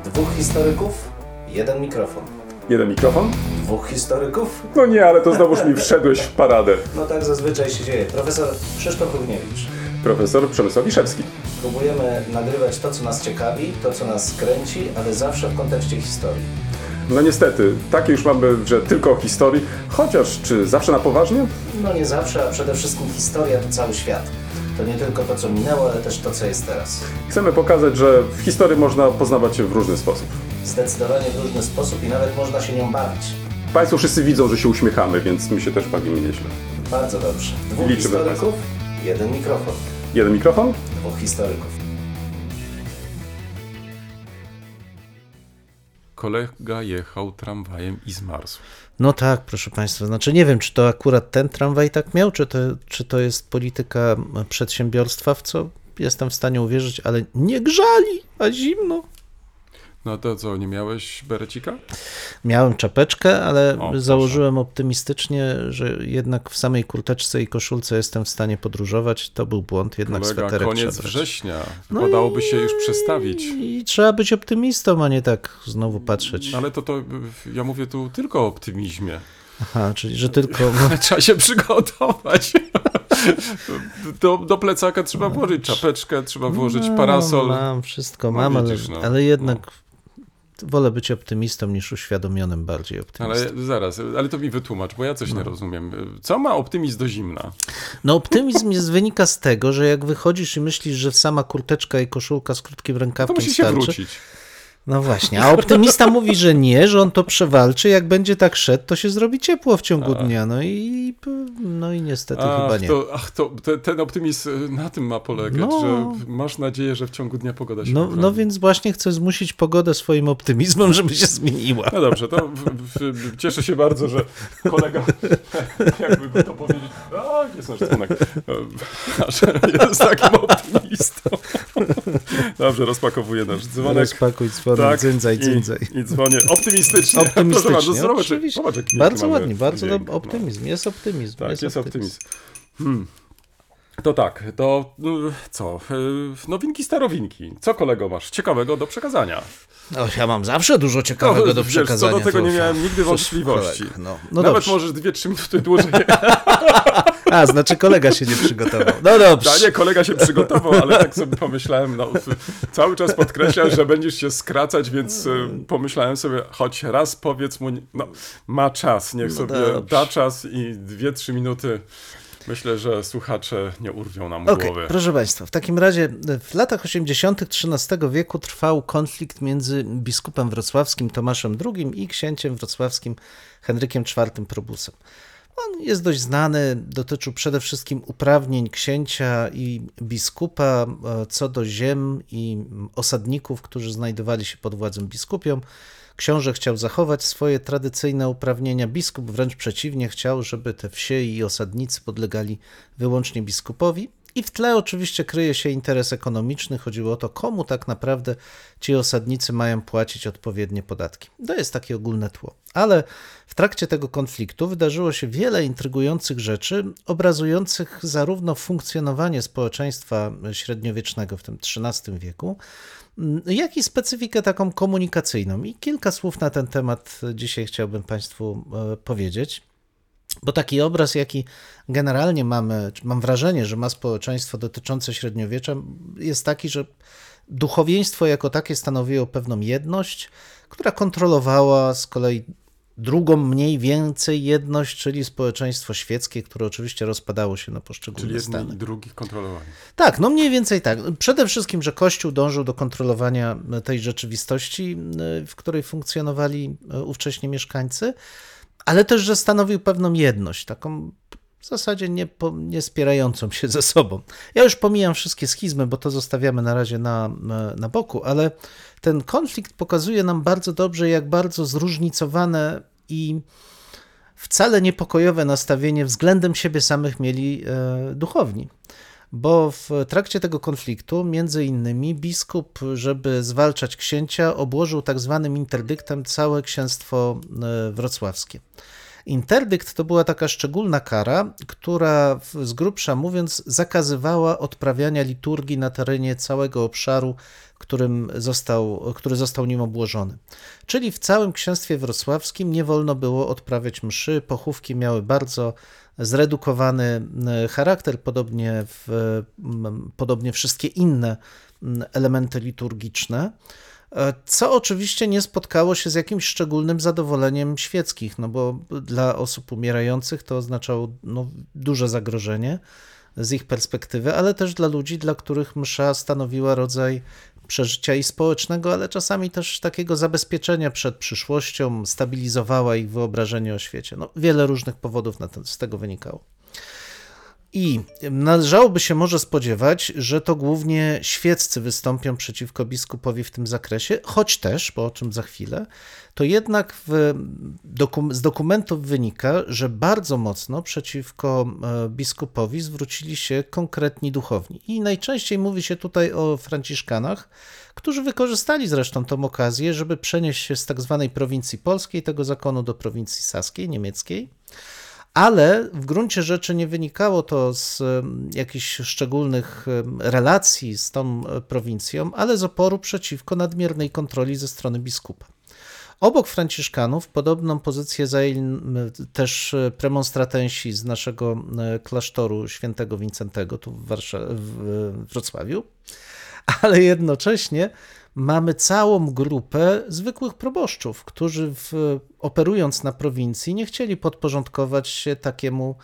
Dwóch historyków, jeden mikrofon. Jeden mikrofon? Dwóch historyków? No nie, ale to znowuż mi wszedłeś w paradę. No tak zazwyczaj się dzieje. Profesor Krzysztof Równiewicz. Profesor Przemysław Wiszewski. Próbujemy nagrywać to, co nas ciekawi, to, co nas kręci, ale zawsze w kontekście historii. No niestety, takie już mamy, że tylko o historii, chociaż czy zawsze na poważnie? No nie zawsze, a przede wszystkim historia to cały świat. To nie tylko to, co minęło, ale też to, co jest teraz. Chcemy pokazać, że w historii można poznawać się w różny sposób. Zdecydowanie w różny sposób i nawet można się nią bawić. Państwo wszyscy widzą, że się uśmiechamy, więc my się też bawimy nieźle. Bardzo dobrze. Dwóch Liczymy historyków, jeden mikrofon. Jeden mikrofon? Dwóch historyków. Kolega jechał tramwajem i zmarzł. No tak, proszę Państwa. Znaczy nie wiem, czy to akurat ten tramwaj tak miał, czy to jest polityka przedsiębiorstwa, w co jestem w stanie uwierzyć, ale nie grzali, a zimno. No to co, nie miałeś berecika? Miałem czapeczkę, ale O, założyłem optymistycznie, że jednak w samej kurteczce i koszulce jestem w stanie podróżować. To był błąd, jednak Kolega, sweterek koniec trzeba brać. września. No Wypadałoby się już przestawić. I trzeba być optymistą, a nie tak znowu patrzeć. Ale to ja mówię tu tylko o optymizmie. Aha, czyli że tylko... Trzeba się przygotować. Do plecaka trzeba włożyć czapeczkę, trzeba włożyć parasol. Mam, wszystko No mam, widzisz, ale jednak wolę być optymistą niż uświadomionym bardziej optymistą. Ale zaraz, ale to mi wytłumacz, bo ja coś nie rozumiem. Co ma optymizm do zimna? No optymizm wynika z tego, że jak wychodzisz i myślisz, że sama kurteczka i koszulka z krótkim To rękawkiem musi się starczy. wrócić. No właśnie, a optymista mówi, że nie, że on to przewalczy, jak będzie tak szedł, to się zrobi ciepło w ciągu dnia, no i niestety chyba nie. Ten optymizm na tym ma polegać, No. że masz nadzieję, że w ciągu dnia pogoda się poprawi. No więc właśnie chcę zmusić pogodę swoim optymizmem, żeby się zmieniła. No dobrze, to cieszę się bardzo, że kolega, jakby go to powiedzieć, jest nasz dzwonek, jest takim optymistą. Dobrze, rozpakowuję nasz dzwonek. Rozpakuj dzwonek, Tak, dzyndzaj. I dzwonię optymistycznie. Optymistycznie, Proszę bardzo, zobacz, oczywiście. zobacz, jaki Bardzo mamy ładnie, bardzo dźwięk, dobry optymizm, jest optymizm. Tak, jest optymizm. To tak, to co? Nowinki, starowinki. Co, kolego, masz ciekawego do przekazania? No, ja mam zawsze dużo ciekawego do wiesz, przekazania. co do tego to- nie miałem nigdy wątpliwości. No Nawet dobrze. możesz 2-3 minuty dłużej. A, znaczy kolega się nie przygotował. No dobrze. Nie, kolega się przygotował, ale tak sobie pomyślałem, cały czas podkreślasz, że będziesz się skracać, więc pomyślałem sobie, choć raz powiedz mu, ma czas, niech sobie dobrze. da czas i 2-3 minuty. Myślę, że słuchacze nie urwią nam Okej, głowy. proszę Państwa, w takim razie w latach 80. XIII wieku trwał konflikt między biskupem wrocławskim Tomaszem II i księciem wrocławskim Henrykiem IV Probusem. On jest dość znany, dotyczył przede wszystkim uprawnień księcia i biskupa co do ziem i osadników, którzy znajdowali się pod władzą biskupią. Książę chciał zachować swoje tradycyjne uprawnienia, biskup wręcz przeciwnie chciał, żeby te wsie i osadnicy podlegali wyłącznie biskupowi. I w tle oczywiście kryje się interes ekonomiczny, chodziło o to, komu tak naprawdę ci osadnicy mają płacić odpowiednie podatki. To jest takie ogólne tło. Ale w trakcie tego konfliktu wydarzyło się wiele intrygujących rzeczy, obrazujących zarówno funkcjonowanie społeczeństwa średniowiecznego w tym XIII wieku, jak i specyfikę taką komunikacyjną. I kilka słów na ten temat dzisiaj chciałbym Państwu powiedzieć. Bo taki obraz, jaki generalnie mamy, mam wrażenie, że ma społeczeństwo dotyczące średniowiecza, jest taki, że duchowieństwo jako takie stanowiło pewną jedność, która kontrolowała z kolei drugą mniej więcej jedność, czyli społeczeństwo świeckie, które oczywiście rozpadało się na poszczególne Czyli jedni stany. i drugich kontrolowani. Tak, no mniej więcej tak. Przede wszystkim, że Kościół dążył do kontrolowania tej rzeczywistości, w której funkcjonowali ówcześni mieszkańcy, ale też, że stanowił pewną jedność, taką w zasadzie nie spierającą się ze sobą. Ja już pomijam wszystkie schizmy, bo to zostawiamy na razie na boku, ale ten konflikt pokazuje nam bardzo dobrze, jak bardzo zróżnicowane i wcale niepokojowe nastawienie względem siebie samych mieli duchowni. Bo w trakcie tego konfliktu, między innymi, biskup, żeby zwalczać księcia, obłożył tak zwanym interdyktem całe księstwo wrocławskie. Interdykt to była taka szczególna kara, która z grubsza mówiąc zakazywała odprawiania liturgii na terenie całego obszaru, który został nim obłożony. Czyli w całym księstwie wrocławskim nie wolno było odprawiać mszy, pochówki miały bardzo zredukowany charakter, podobnie wszystkie inne elementy liturgiczne, co oczywiście nie spotkało się z jakimś szczególnym zadowoleniem świeckich, no bo dla osób umierających to oznaczało duże zagrożenie z ich perspektywy, ale też dla ludzi, dla których msza stanowiła rodzaj przeżycia i społecznego, ale czasami też takiego zabezpieczenia przed przyszłością, stabilizowała ich wyobrażenie o świecie. Wiele różnych powodów z tego wynikało. I należałoby się może spodziewać, że to głównie świeccy wystąpią przeciwko biskupowi w tym zakresie, choć też, bo o czym za chwilę, to jednak z dokumentów wynika, że bardzo mocno przeciwko biskupowi zwrócili się konkretni duchowni. I najczęściej mówi się tutaj o franciszkanach, którzy wykorzystali zresztą tą okazję, żeby przenieść się z tak zwanej prowincji polskiej tego zakonu do prowincji saskiej, niemieckiej. Ale w gruncie rzeczy nie wynikało to z jakichś szczególnych relacji z tą prowincją, ale z oporu przeciwko nadmiernej kontroli ze strony biskupa. Obok franciszkanów podobną pozycję zajęli też premonstratensi z naszego klasztoru świętego Wincentego tu w Wrocławiu, ale jednocześnie mamy całą grupę zwykłych proboszczów, którzy operując na prowincji nie chcieli podporządkować się takiemu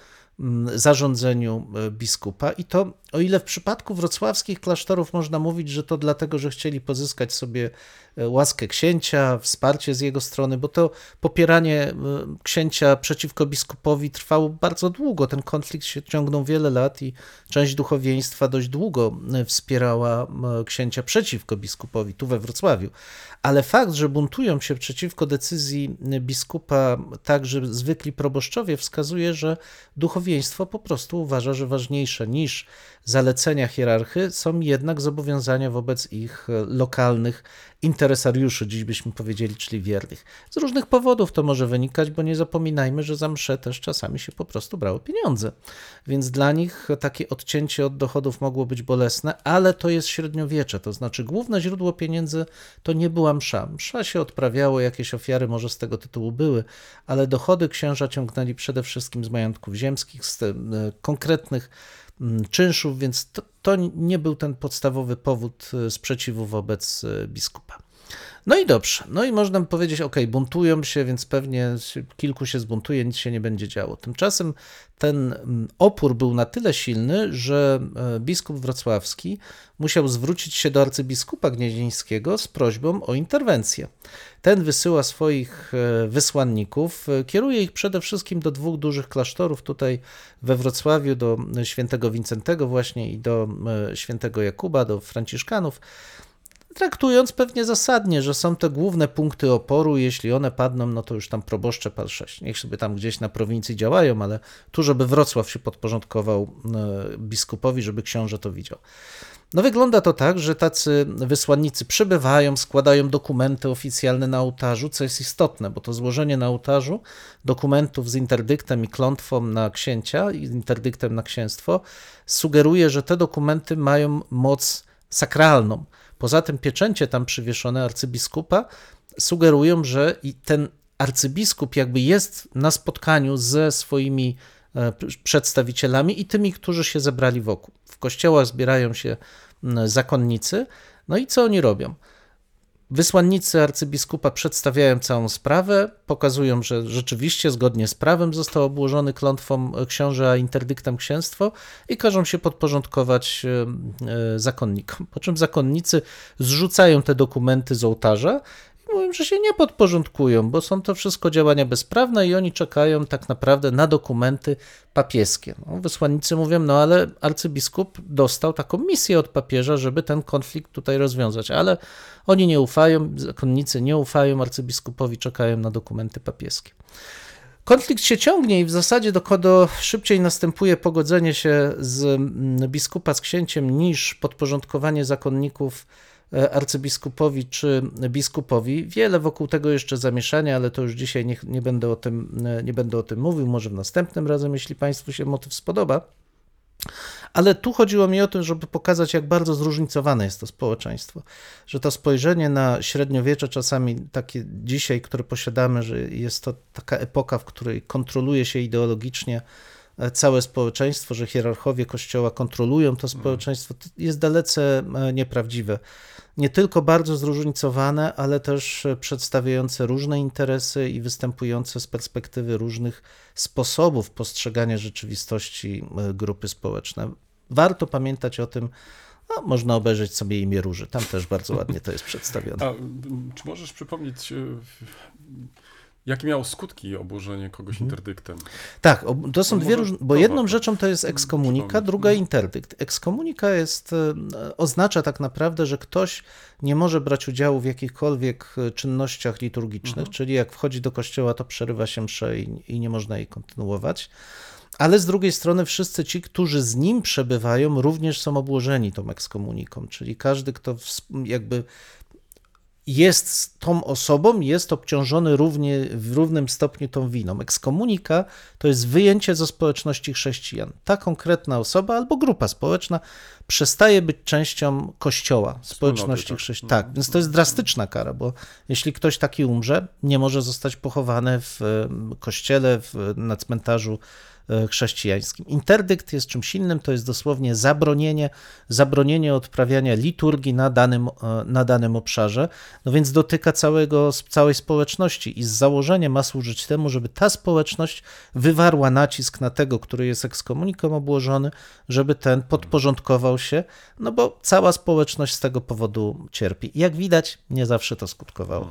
zarządzeniu biskupa i to, o ile w przypadku wrocławskich klasztorów można mówić, że to dlatego, że chcieli pozyskać sobie łaskę księcia, wsparcie z jego strony, bo to popieranie księcia przeciwko biskupowi trwało bardzo długo. Ten konflikt się ciągnął wiele lat i część duchowieństwa dość długo wspierała księcia przeciwko biskupowi, tu we Wrocławiu. Ale fakt, że buntują się przeciwko decyzji biskupa także zwykli proboszczowie, wskazuje, że duchowieństwo po prostu uważa, że ważniejsze niż zalecenia hierarchy są jednak zobowiązania wobec ich lokalnych interesariuszy, dziś byśmy powiedzieli, czyli wiernych. Z różnych powodów to może wynikać, bo nie zapominajmy, że za mszę też czasami się po prostu brało pieniądze. Więc dla nich takie odcięcie od dochodów mogło być bolesne, ale to jest średniowiecze, to znaczy główne źródło pieniędzy to nie była msza. Msza się odprawiało, jakieś ofiary może z tego tytułu były, ale dochody księża ciągnęli przede wszystkim z majątków ziemskich, z konkretnych czynszów, więc to nie był ten podstawowy powód sprzeciwu wobec biskupa. No i dobrze, no i można by powiedzieć, buntują się, więc pewnie kilku się zbuntuje, nic się nie będzie działo. Tymczasem ten opór był na tyle silny, że biskup wrocławski musiał zwrócić się do arcybiskupa gnieźnieńskiego z prośbą o interwencję. Ten wysyła swoich wysłanników, kieruje ich przede wszystkim do dwóch dużych klasztorów tutaj we Wrocławiu, do świętego Wincentego właśnie i do świętego Jakuba, do franciszkanów, traktując pewnie zasadnie, że są te główne punkty oporu, jeśli one padną, no to już tam proboszcze pal 6. Niech sobie tam gdzieś na prowincji działają, ale tu, żeby Wrocław się podporządkował biskupowi, żeby książę to widział. No wygląda to tak, że tacy wysłannicy przybywają, składają dokumenty oficjalne na ołtarzu, co jest istotne, bo to złożenie na ołtarzu dokumentów z interdyktem i klątwą na księcia i interdyktem na księstwo sugeruje, że te dokumenty mają moc sakralną. Poza tym pieczęcie tam przywieszone arcybiskupa sugerują, że i ten arcybiskup jakby jest na spotkaniu ze swoimi przedstawicielami i tymi, którzy się zebrali wokół. W kościołach zbierają się zakonnicy, no i co oni robią? Wysłannicy arcybiskupa przedstawiają całą sprawę, pokazują, że rzeczywiście zgodnie z prawem został obłożony klątwą książę, a interdyktem księstwo i każą się podporządkować zakonnikom. Po czym zakonnicy zrzucają te dokumenty z ołtarza i mówią, że się nie podporządkują, bo są to wszystko działania bezprawne i oni czekają tak naprawdę na dokumenty papieskie. No, wysłannicy mówią, no ale arcybiskup dostał taką misję od papieża, żeby ten konflikt tutaj rozwiązać, ale oni nie ufają, zakonnicy nie ufają arcybiskupowi, czekają na dokumenty papieskie. Konflikt się ciągnie i w zasadzie szybciej następuje pogodzenie się z biskupa z księciem niż podporządkowanie zakonników arcybiskupowi czy biskupowi. Wiele wokół tego jeszcze zamieszania, ale to już dzisiaj nie będę o tym mówił, może w następnym razem, jeśli Państwu się motyw spodoba. Ale tu chodziło mi o to, żeby pokazać, jak bardzo zróżnicowane jest to społeczeństwo. Że to spojrzenie na średniowiecze, czasami takie dzisiaj, które posiadamy, że jest to taka epoka, w której kontroluje się ideologicznie całe społeczeństwo, że hierarchowie Kościoła kontrolują to społeczeństwo, to jest dalece nieprawdziwe. Nie tylko bardzo zróżnicowane, ale też przedstawiające różne interesy i występujące z perspektywy różnych sposobów postrzegania rzeczywistości grupy społeczne. Warto pamiętać o tym, no, można obejrzeć sobie Imię Róży, tam też bardzo ładnie to jest przedstawione. A czy możesz przypomnieć, jakie miało skutki obłożenie kogoś interdyktem? Tak, to są No dwie może różne, bo to jedną warto rzeczą to jest ekskomunika, przypomnieć. druga interdykt. Ekskomunika oznacza tak naprawdę, że ktoś nie może brać udziału w jakichkolwiek czynnościach liturgicznych, czyli jak wchodzi do kościoła, to przerywa się mszę i nie można jej kontynuować. Ale z drugiej strony wszyscy ci, którzy z nim przebywają, również są obłożeni tą ekskomuniką, czyli każdy, kto jakby jest tą osobą, jest obciążony w równym stopniu tą winą. Ekskomunika to jest wyjęcie ze społeczności chrześcijan. Ta konkretna osoba albo grupa społeczna przestaje być częścią Kościoła, społeczności chrześcijan. Tak, więc to jest drastyczna kara, bo jeśli ktoś taki umrze, nie może zostać pochowany w kościele, na cmentarzu chrześcijańskim. Interdykt jest czymś innym, to jest dosłownie zabronienie odprawiania liturgii na danym obszarze, no więc dotyka całej społeczności i z założenia ma służyć temu, żeby ta społeczność wywarła nacisk na tego, który jest ekskomuniką obłożony, żeby ten podporządkował się, no bo cała społeczność z tego powodu cierpi. Jak widać, nie zawsze to skutkowało.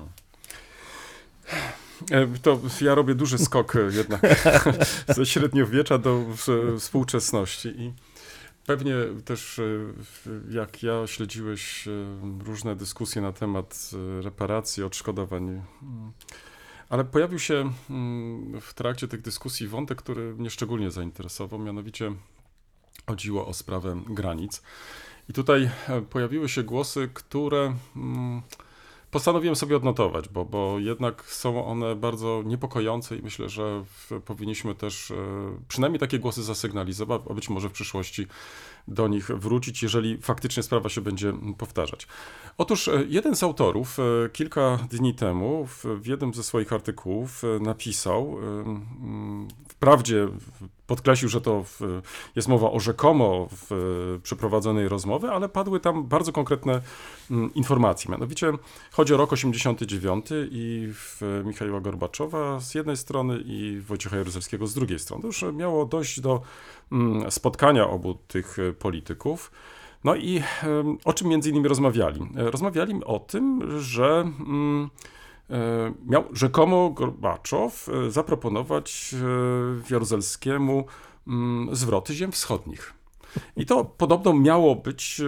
To ja robię duży skok jednak ze średniowiecza do współczesności i pewnie też jak ja śledziłeś różne dyskusje na temat reparacji, odszkodowań, ale pojawił się w trakcie tych dyskusji wątek, który mnie szczególnie zainteresował, mianowicie chodziło o sprawę granic. I tutaj pojawiły się głosy, które postanowiłem sobie odnotować, bo jednak są one bardzo niepokojące i myślę, że powinniśmy też przynajmniej takie głosy zasygnalizować, a być może w przyszłości do nich wrócić, jeżeli faktycznie sprawa się będzie powtarzać. Otóż jeden z autorów kilka dni temu w jednym ze swoich artykułów napisał, wprawdzie podkreślił, że to jest mowa o rzekomo przeprowadzonej rozmowie, ale padły tam bardzo konkretne informacje. Mianowicie chodzi o rok 89 i Michaiła Gorbaczowa z jednej strony i Wojciecha Jaruzelskiego z drugiej strony. Już miało dojść do spotkania obu tych polityków. No i o czym między innymi rozmawiali? Rozmawiali o tym, że miał rzekomo Gorbaczow zaproponować Jaruzelskiemu zwroty ziem wschodnich. I to podobno miało być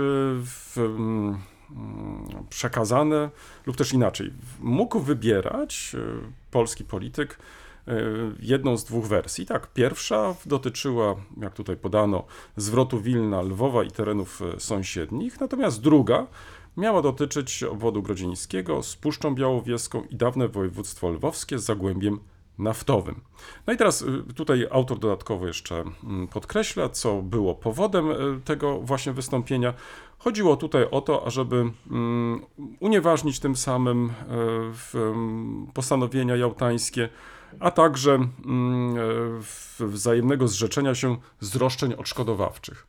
przekazane, lub też inaczej. Mógł wybierać polski polityk jedną z dwóch wersji. Tak, pierwsza dotyczyła, jak tutaj podano, zwrotu Wilna, Lwowa i terenów sąsiednich, natomiast druga miała dotyczyć obwodu grodzieńskiego z Puszczą Białowieską i dawne województwo lwowskie z Zagłębiem Naftowym. No i teraz tutaj autor dodatkowo jeszcze podkreśla, co było powodem tego właśnie wystąpienia. Chodziło tutaj o to, ażeby unieważnić tym samym postanowienia jałtańskie, a także wzajemnego zrzeczenia się z roszczeń odszkodowawczych.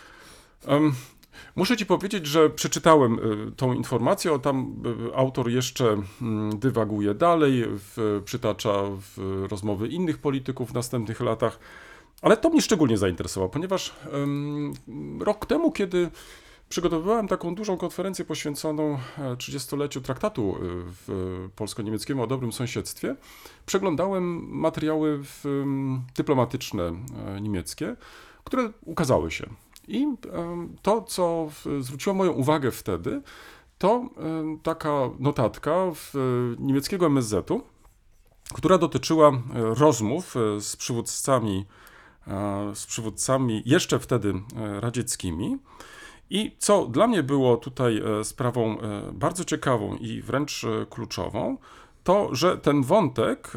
Muszę ci powiedzieć, że przeczytałem tą informację, tam autor jeszcze dywaguje dalej, przytacza rozmowy innych polityków w następnych latach, ale to mnie szczególnie zainteresowało, ponieważ rok temu, kiedy przygotowywałem taką dużą konferencję poświęconą 30-leciu traktatu polsko-niemieckiemu o dobrym sąsiedztwie, przeglądałem materiały dyplomatyczne niemieckie, które ukazały się. I to, co zwróciło moją uwagę wtedy, to taka notatka niemieckiego MSZ-u, która dotyczyła rozmów z przywódcami jeszcze wtedy radzieckimi. I co dla mnie było tutaj sprawą bardzo ciekawą i wręcz kluczową, to, że ten wątek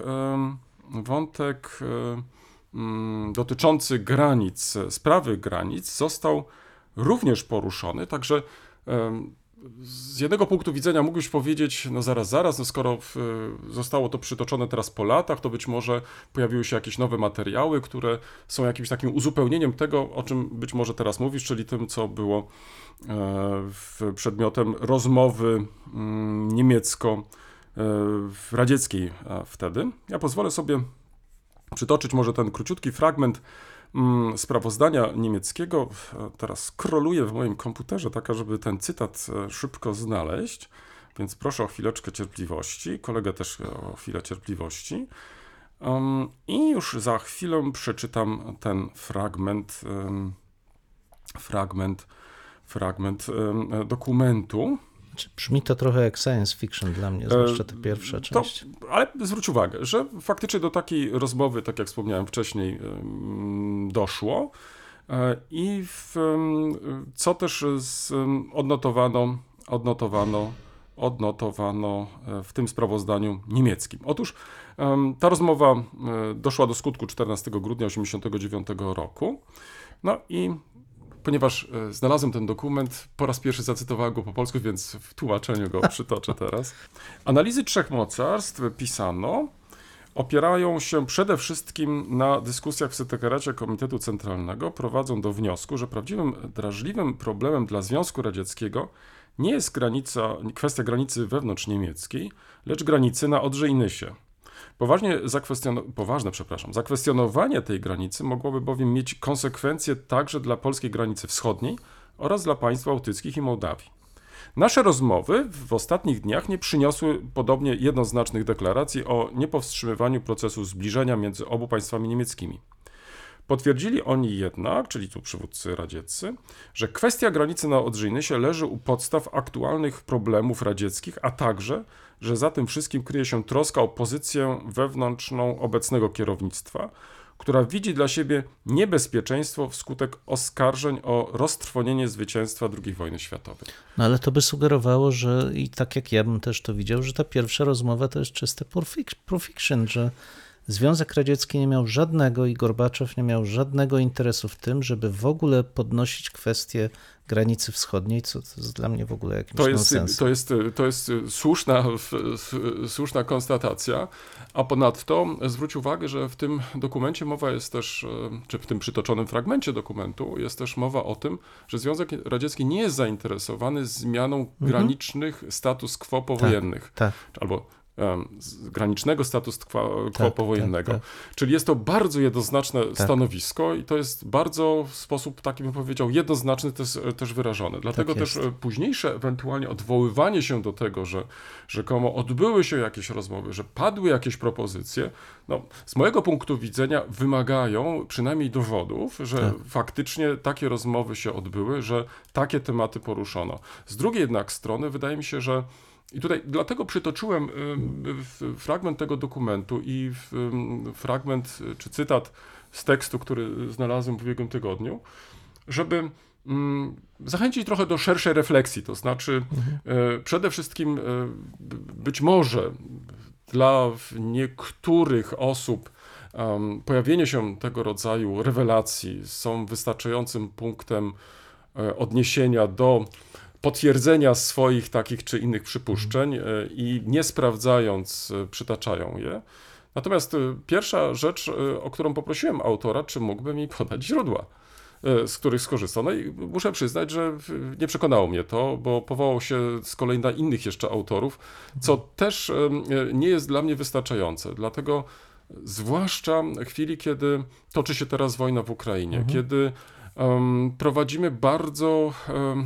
dotyczący granic, sprawy granic został również poruszony, także z jednego punktu widzenia mógłbyś powiedzieć, no zaraz, no skoro zostało to przytoczone teraz po latach, to być może pojawiły się jakieś nowe materiały, które są jakimś takim uzupełnieniem tego, o czym być może teraz mówisz, czyli tym, co było przedmiotem rozmowy niemiecko-radzieckiej wtedy. Ja pozwolę sobie przytoczyć może ten króciutki fragment sprawozdania niemieckiego. Teraz scrolluję w moim komputerze, tak żeby ten cytat szybko znaleźć, więc proszę o chwileczkę cierpliwości, kolegę też o chwilę cierpliwości. I już za chwilę przeczytam ten fragment dokumentu. Brzmi to trochę jak science fiction dla mnie, zwłaszcza ta pierwsza część. Ale zwróć uwagę, że faktycznie do takiej rozmowy, tak jak wspomniałem wcześniej, doszło i co też odnotowano w tym sprawozdaniu niemieckim. Otóż ta rozmowa doszła do skutku 14 grudnia 1989 roku. No i ponieważ znalazłem ten dokument, po raz pierwszy zacytowałem go po polsku, więc w tłumaczeniu go przytoczę teraz. Analizy trzech mocarstw, pisano, opierają się przede wszystkim na dyskusjach w Sekretariacie Komitetu Centralnego, prowadzą do wniosku, że prawdziwym drażliwym problemem dla Związku Radzieckiego nie jest kwestia granicy wewnątrzniemieckiej, lecz granicy na Odrze i Nysie. Zakwestionowanie tej granicy mogłoby bowiem mieć konsekwencje także dla polskiej granicy wschodniej oraz dla państw bałtyckich i Mołdawii. Nasze rozmowy w ostatnich dniach nie przyniosły podobnie jednoznacznych deklaracji o niepowstrzymywaniu procesu zbliżenia między obu państwami niemieckimi. Potwierdzili oni jednak, czyli tu przywódcy radzieccy, że kwestia granicy na Odrze i Nysie leży u podstaw aktualnych problemów radzieckich, a także, że za tym wszystkim kryje się troska o pozycję wewnętrzną obecnego kierownictwa, która widzi dla siebie niebezpieczeństwo wskutek oskarżeń o roztrwonienie zwycięstwa II wojny światowej. No ale to by sugerowało, że i tak jak ja bym też to widział, że ta pierwsza rozmowa to jest czyste pulp fiction, że Związek Radziecki nie miał żadnego i Gorbaczow nie miał żadnego interesu w tym, żeby w ogóle podnosić kwestię granicy wschodniej, co to jest dla mnie w ogóle jakimś nonsensem. To jest słuszna konstatacja, a ponadto zwróć uwagę, że w tym dokumencie mowa jest też, czy w tym przytoczonym fragmencie dokumentu jest też mowa o tym, że Związek Radziecki nie jest zainteresowany zmianą granicznych status quo powojennych. Tak. Albo granicznego status quo powojennego. Tak. Czyli jest to bardzo jednoznaczne stanowisko i to jest bardzo w sposób taki, bym powiedział, jednoznaczny też wyrażone. Dlatego też późniejsze ewentualnie odwoływanie się do tego, że rzekomo odbyły się jakieś rozmowy, że padły jakieś propozycje, no, z mojego punktu widzenia wymagają przynajmniej dowodów, że faktycznie takie rozmowy się odbyły, że takie tematy poruszono. Z drugiej jednak strony wydaje mi się, że i tutaj dlatego przytoczyłem fragment tego dokumentu i fragment czy cytat z tekstu, który znalazłem w ubiegłym tygodniu, żeby zachęcić trochę do szerszej refleksji, to znaczy przede wszystkim być może dla niektórych osób pojawienie się tego rodzaju rewelacji są wystarczającym punktem odniesienia do potwierdzenia swoich takich czy innych przypuszczeń i nie sprawdzając przytaczają je. Natomiast pierwsza rzecz, o którą poprosiłem autora, czy mógłby mi podać źródła, z których skorzystał. No i muszę przyznać, że nie przekonało mnie to, bo powołał się z kolei na innych jeszcze autorów, co też nie jest dla mnie wystarczające. Dlatego zwłaszcza w chwili, kiedy toczy się teraz wojna w Ukrainie, kiedy prowadzimy bardzo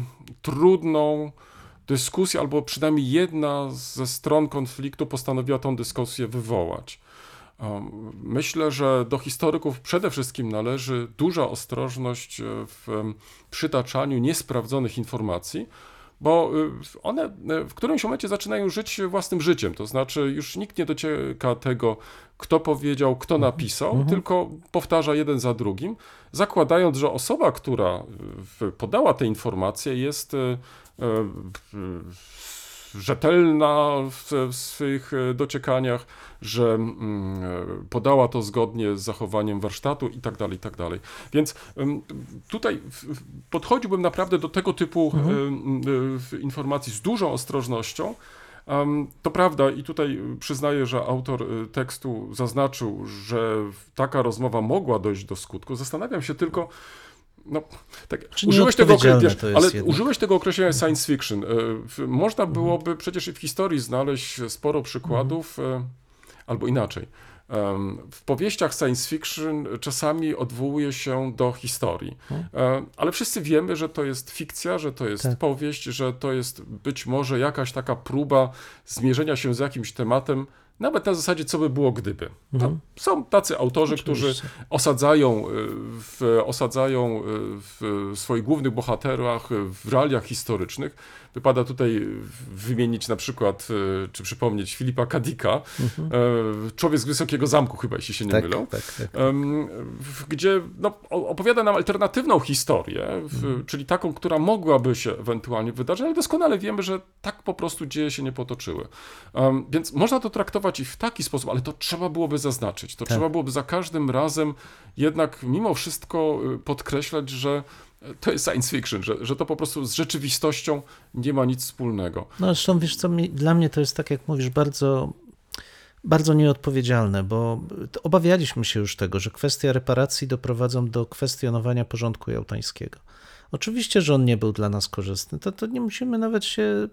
trudną dyskusję, albo przynajmniej jedna ze stron konfliktu postanowiła tę dyskusję wywołać. Myślę, że do historyków przede wszystkim należy duża ostrożność w przytaczaniu niesprawdzonych informacji, bo one w którymś momencie zaczynają żyć własnym życiem, to znaczy już nikt nie docieka tego, kto powiedział, kto napisał, tylko powtarza jeden za drugim, zakładając, że osoba, która podała te informacje, jest rzetelna w swych dociekaniach, że podała to zgodnie z zachowaniem warsztatu i tak dalej, i tak dalej. Więc tutaj podchodziłbym naprawdę do tego typu informacji z dużą ostrożnością. To prawda i tutaj przyznaję, że autor tekstu zaznaczył, że taka rozmowa mogła dojść do skutku. Zastanawiam się tylko, no, tak, Czy użyłeś tego, nieodpowiedzialne to jest ale jednak. użyłeś tego określenia science fiction. Można byłoby przecież i w historii znaleźć sporo przykładów, albo inaczej. W powieściach science fiction czasami odwołuje się do historii, ale wszyscy wiemy, że to jest fikcja, że to jest Tak. powieść, że to jest być może jakaś taka próba zmierzenia się z jakimś tematem, nawet na zasadzie, co by było gdyby. No, są tacy autorzy, którzy osadzają w swoich głównych bohaterach w realiach historycznych. Wypada tutaj wymienić na przykład, czy przypomnieć Filipa K. Dicka, Człowiek z Wysokiego Zamku chyba, jeśli się nie mylę, tak. gdzie opowiada nam alternatywną historię, czyli taką, która mogłaby się ewentualnie wydarzyć, ale doskonale wiemy, że tak po prostu dzieje się nie potoczyły. Więc można to traktować i w taki sposób, ale to trzeba byłoby zaznaczyć. To trzeba byłoby za każdym razem jednak mimo wszystko podkreślać, że to jest science fiction, że to po prostu z rzeczywistością nie ma nic wspólnego. No zresztą wiesz co, dla mnie to jest tak jak mówisz, bardzo, bardzo nieodpowiedzialne, bo obawialiśmy się już tego, że kwestia reparacji doprowadzą do kwestionowania porządku jałtańskiego. Oczywiście, że on nie był dla nas korzystny, to nie musimy nawet się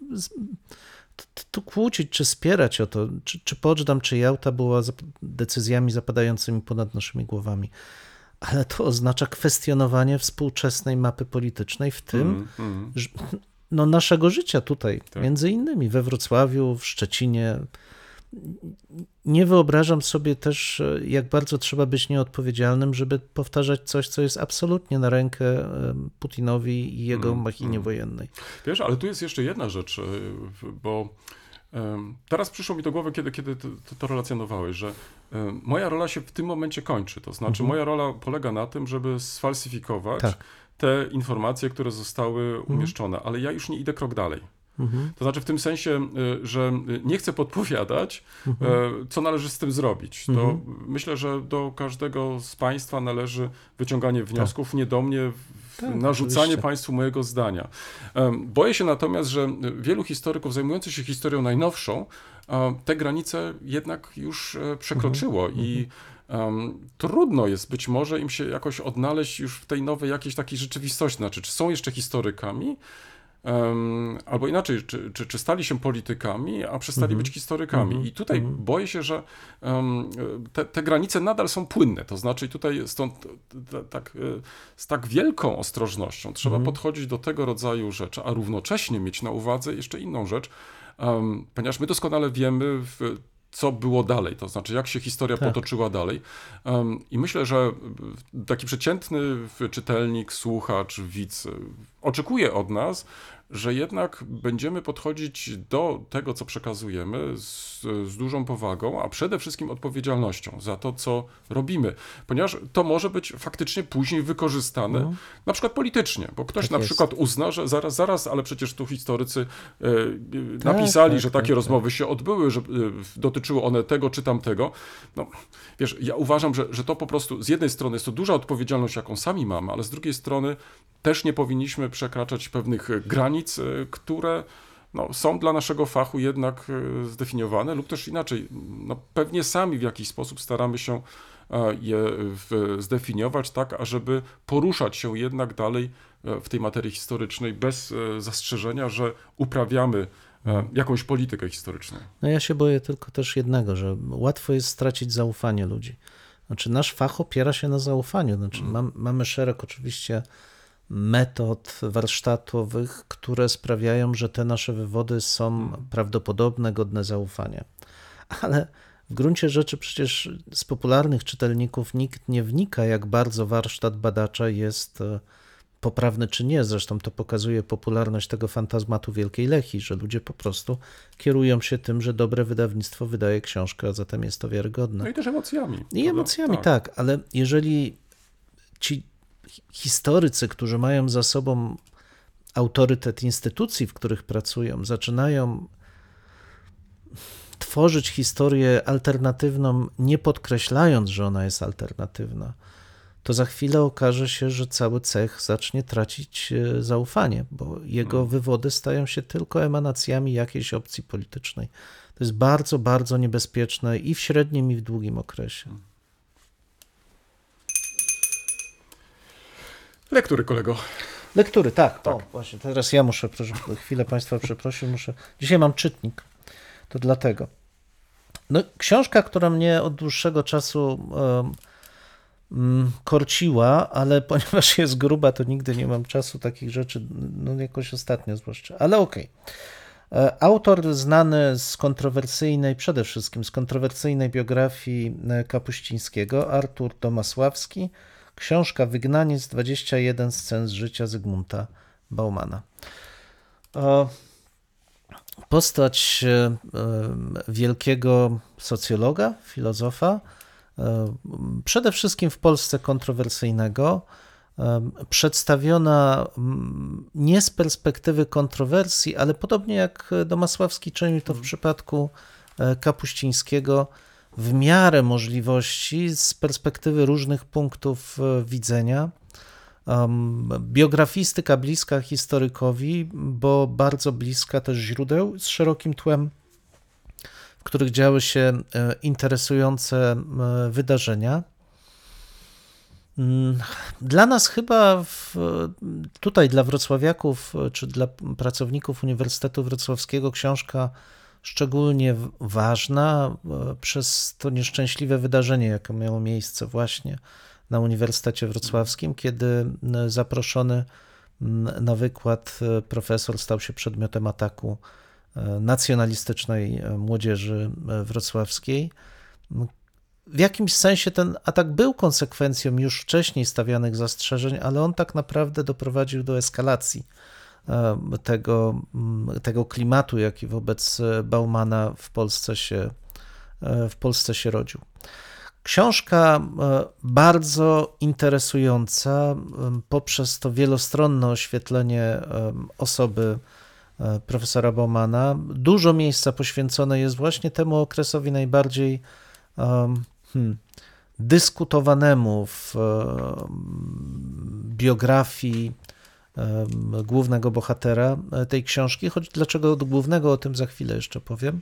tu kłócić czy spierać o to, czy Poczdam, czy Jałta była decyzjami zapadającymi ponad naszymi głowami. Ale to oznacza kwestionowanie współczesnej mapy politycznej, w tym naszego życia tutaj, między innymi we Wrocławiu, w Szczecinie. Nie wyobrażam sobie też, jak bardzo trzeba być nieodpowiedzialnym, żeby powtarzać coś, co jest absolutnie na rękę Putinowi i jego machinie wojennej. Wiesz, ale tu jest jeszcze jedna rzecz, bo teraz przyszło mi do głowy, kiedy to relacjonowałeś, że moja rola się w tym momencie kończy. To znaczy moja rola polega na tym, żeby sfalsyfikować te informacje, które zostały umieszczone, ale ja już nie idę krok dalej. To znaczy w tym sensie, że nie chcę podpowiadać, co należy z tym zrobić. To myślę, że do każdego z Państwa należy wyciąganie wniosków, nie do mnie narzucanie oczywiście Państwu mojego zdania. Boję się natomiast, że wielu historyków zajmujących się historią najnowszą te granice jednak już przekroczyło i trudno jest być może im się jakoś odnaleźć już w tej nowej jakiejś takiej rzeczywistości. Znaczy, czy są jeszcze historykami, albo inaczej, czy stali się politykami, a przestali być historykami. I tutaj boję się, że te granice nadal są płynne. To znaczy tutaj stąd z tak wielką ostrożnością trzeba podchodzić do tego rodzaju rzeczy, a równocześnie mieć na uwadze jeszcze inną rzecz, ponieważ my doskonale wiemy, co było dalej, to znaczy jak się historia potoczyła dalej. I myślę, że taki przeciętny czytelnik, słuchacz, widz oczekuje od nas, że jednak będziemy podchodzić do tego, co przekazujemy z dużą powagą, a przede wszystkim odpowiedzialnością za to, co robimy. Ponieważ to może być faktycznie później wykorzystane, na przykład politycznie, bo ktoś na przykład uzna, że zaraz, ale przecież tu historycy napisali, że takie rozmowy się odbyły, że dotyczyły one tego czy tamtego. No, wiesz, ja uważam, że to po prostu z jednej strony jest to duża odpowiedzialność, jaką sami mamy, ale z drugiej strony też nie powinniśmy przekraczać pewnych granic, które są dla naszego fachu jednak zdefiniowane lub też inaczej. Pewnie sami w jakiś sposób staramy się je zdefiniować tak, ażeby poruszać się jednak dalej w tej materii historycznej bez zastrzeżenia, że uprawiamy jakąś politykę historyczną. No ja się boję tylko też jednego, że łatwo jest stracić zaufanie ludzi. Znaczy nasz fach opiera się na zaufaniu. Znaczy mamy szereg oczywiście metod warsztatowych, które sprawiają, że te nasze wywody są prawdopodobne, godne zaufania. Ale w gruncie rzeczy przecież z popularnych czytelników nikt nie wnika, jak bardzo warsztat badacza jest poprawny czy nie, zresztą to pokazuje popularność tego fantazmatu Wielkiej Lechii, że ludzie po prostu kierują się tym, że dobre wydawnictwo wydaje książkę, a zatem jest to wiarygodne. No i też emocjami. I prawda? emocjami, tak, ale jeżeli ci historycy, którzy mają za sobą autorytet instytucji, w których pracują, zaczynają tworzyć historię alternatywną, nie podkreślając, że ona jest alternatywna, to za chwilę okaże się, że cały cech zacznie tracić zaufanie, bo jego wywody stają się tylko emanacjami jakiejś opcji politycznej. To jest bardzo, bardzo niebezpieczne i w średnim, i w długim okresie. Lektury, kolego. Lektury, tak. O, właśnie, teraz ja muszę, proszę, chwilę Państwa przeprosić, dzisiaj mam czytnik, to dlatego. No, książka, która mnie od dłuższego czasu korciła, ale ponieważ jest gruba, to nigdy nie mam czasu takich rzeczy, no jakoś ostatnio zwłaszcza, ale okej. Autor znany z kontrowersyjnej, przede wszystkim z kontrowersyjnej biografii Kapuścińskiego, Artur Domasławski, książka Wygnaniec, 21 scen z życia Zygmunta Baumana. Postać wielkiego socjologa, filozofa, przede wszystkim w Polsce kontrowersyjnego, przedstawiona nie z perspektywy kontrowersji, ale podobnie jak Domasławski czynił to w przypadku Kapuścińskiego, w miarę możliwości z perspektywy różnych punktów widzenia. Biografistyka bliska historykowi, bo bardzo bliska też źródeł z szerokim tłem, w których działy się interesujące wydarzenia. Dla nas chyba, tutaj dla wrocławiaków czy dla pracowników Uniwersytetu Wrocławskiego książka szczególnie ważna przez to nieszczęśliwe wydarzenie, jakie miało miejsce właśnie na Uniwersytecie Wrocławskim, kiedy zaproszony na wykład profesor stał się przedmiotem ataku nacjonalistycznej młodzieży wrocławskiej. W jakimś sensie ten atak był konsekwencją już wcześniej stawianych zastrzeżeń, ale on tak naprawdę doprowadził do eskalacji tego klimatu, jaki wobec Baumana w Polsce się rodził. Książka bardzo interesująca poprzez to wielostronne oświetlenie osoby profesora Baumana. Dużo miejsca poświęcone jest właśnie temu okresowi najbardziej dyskutowanemu w biografii głównego bohatera tej książki, choć dlaczego głównego, o tym za chwilę jeszcze powiem.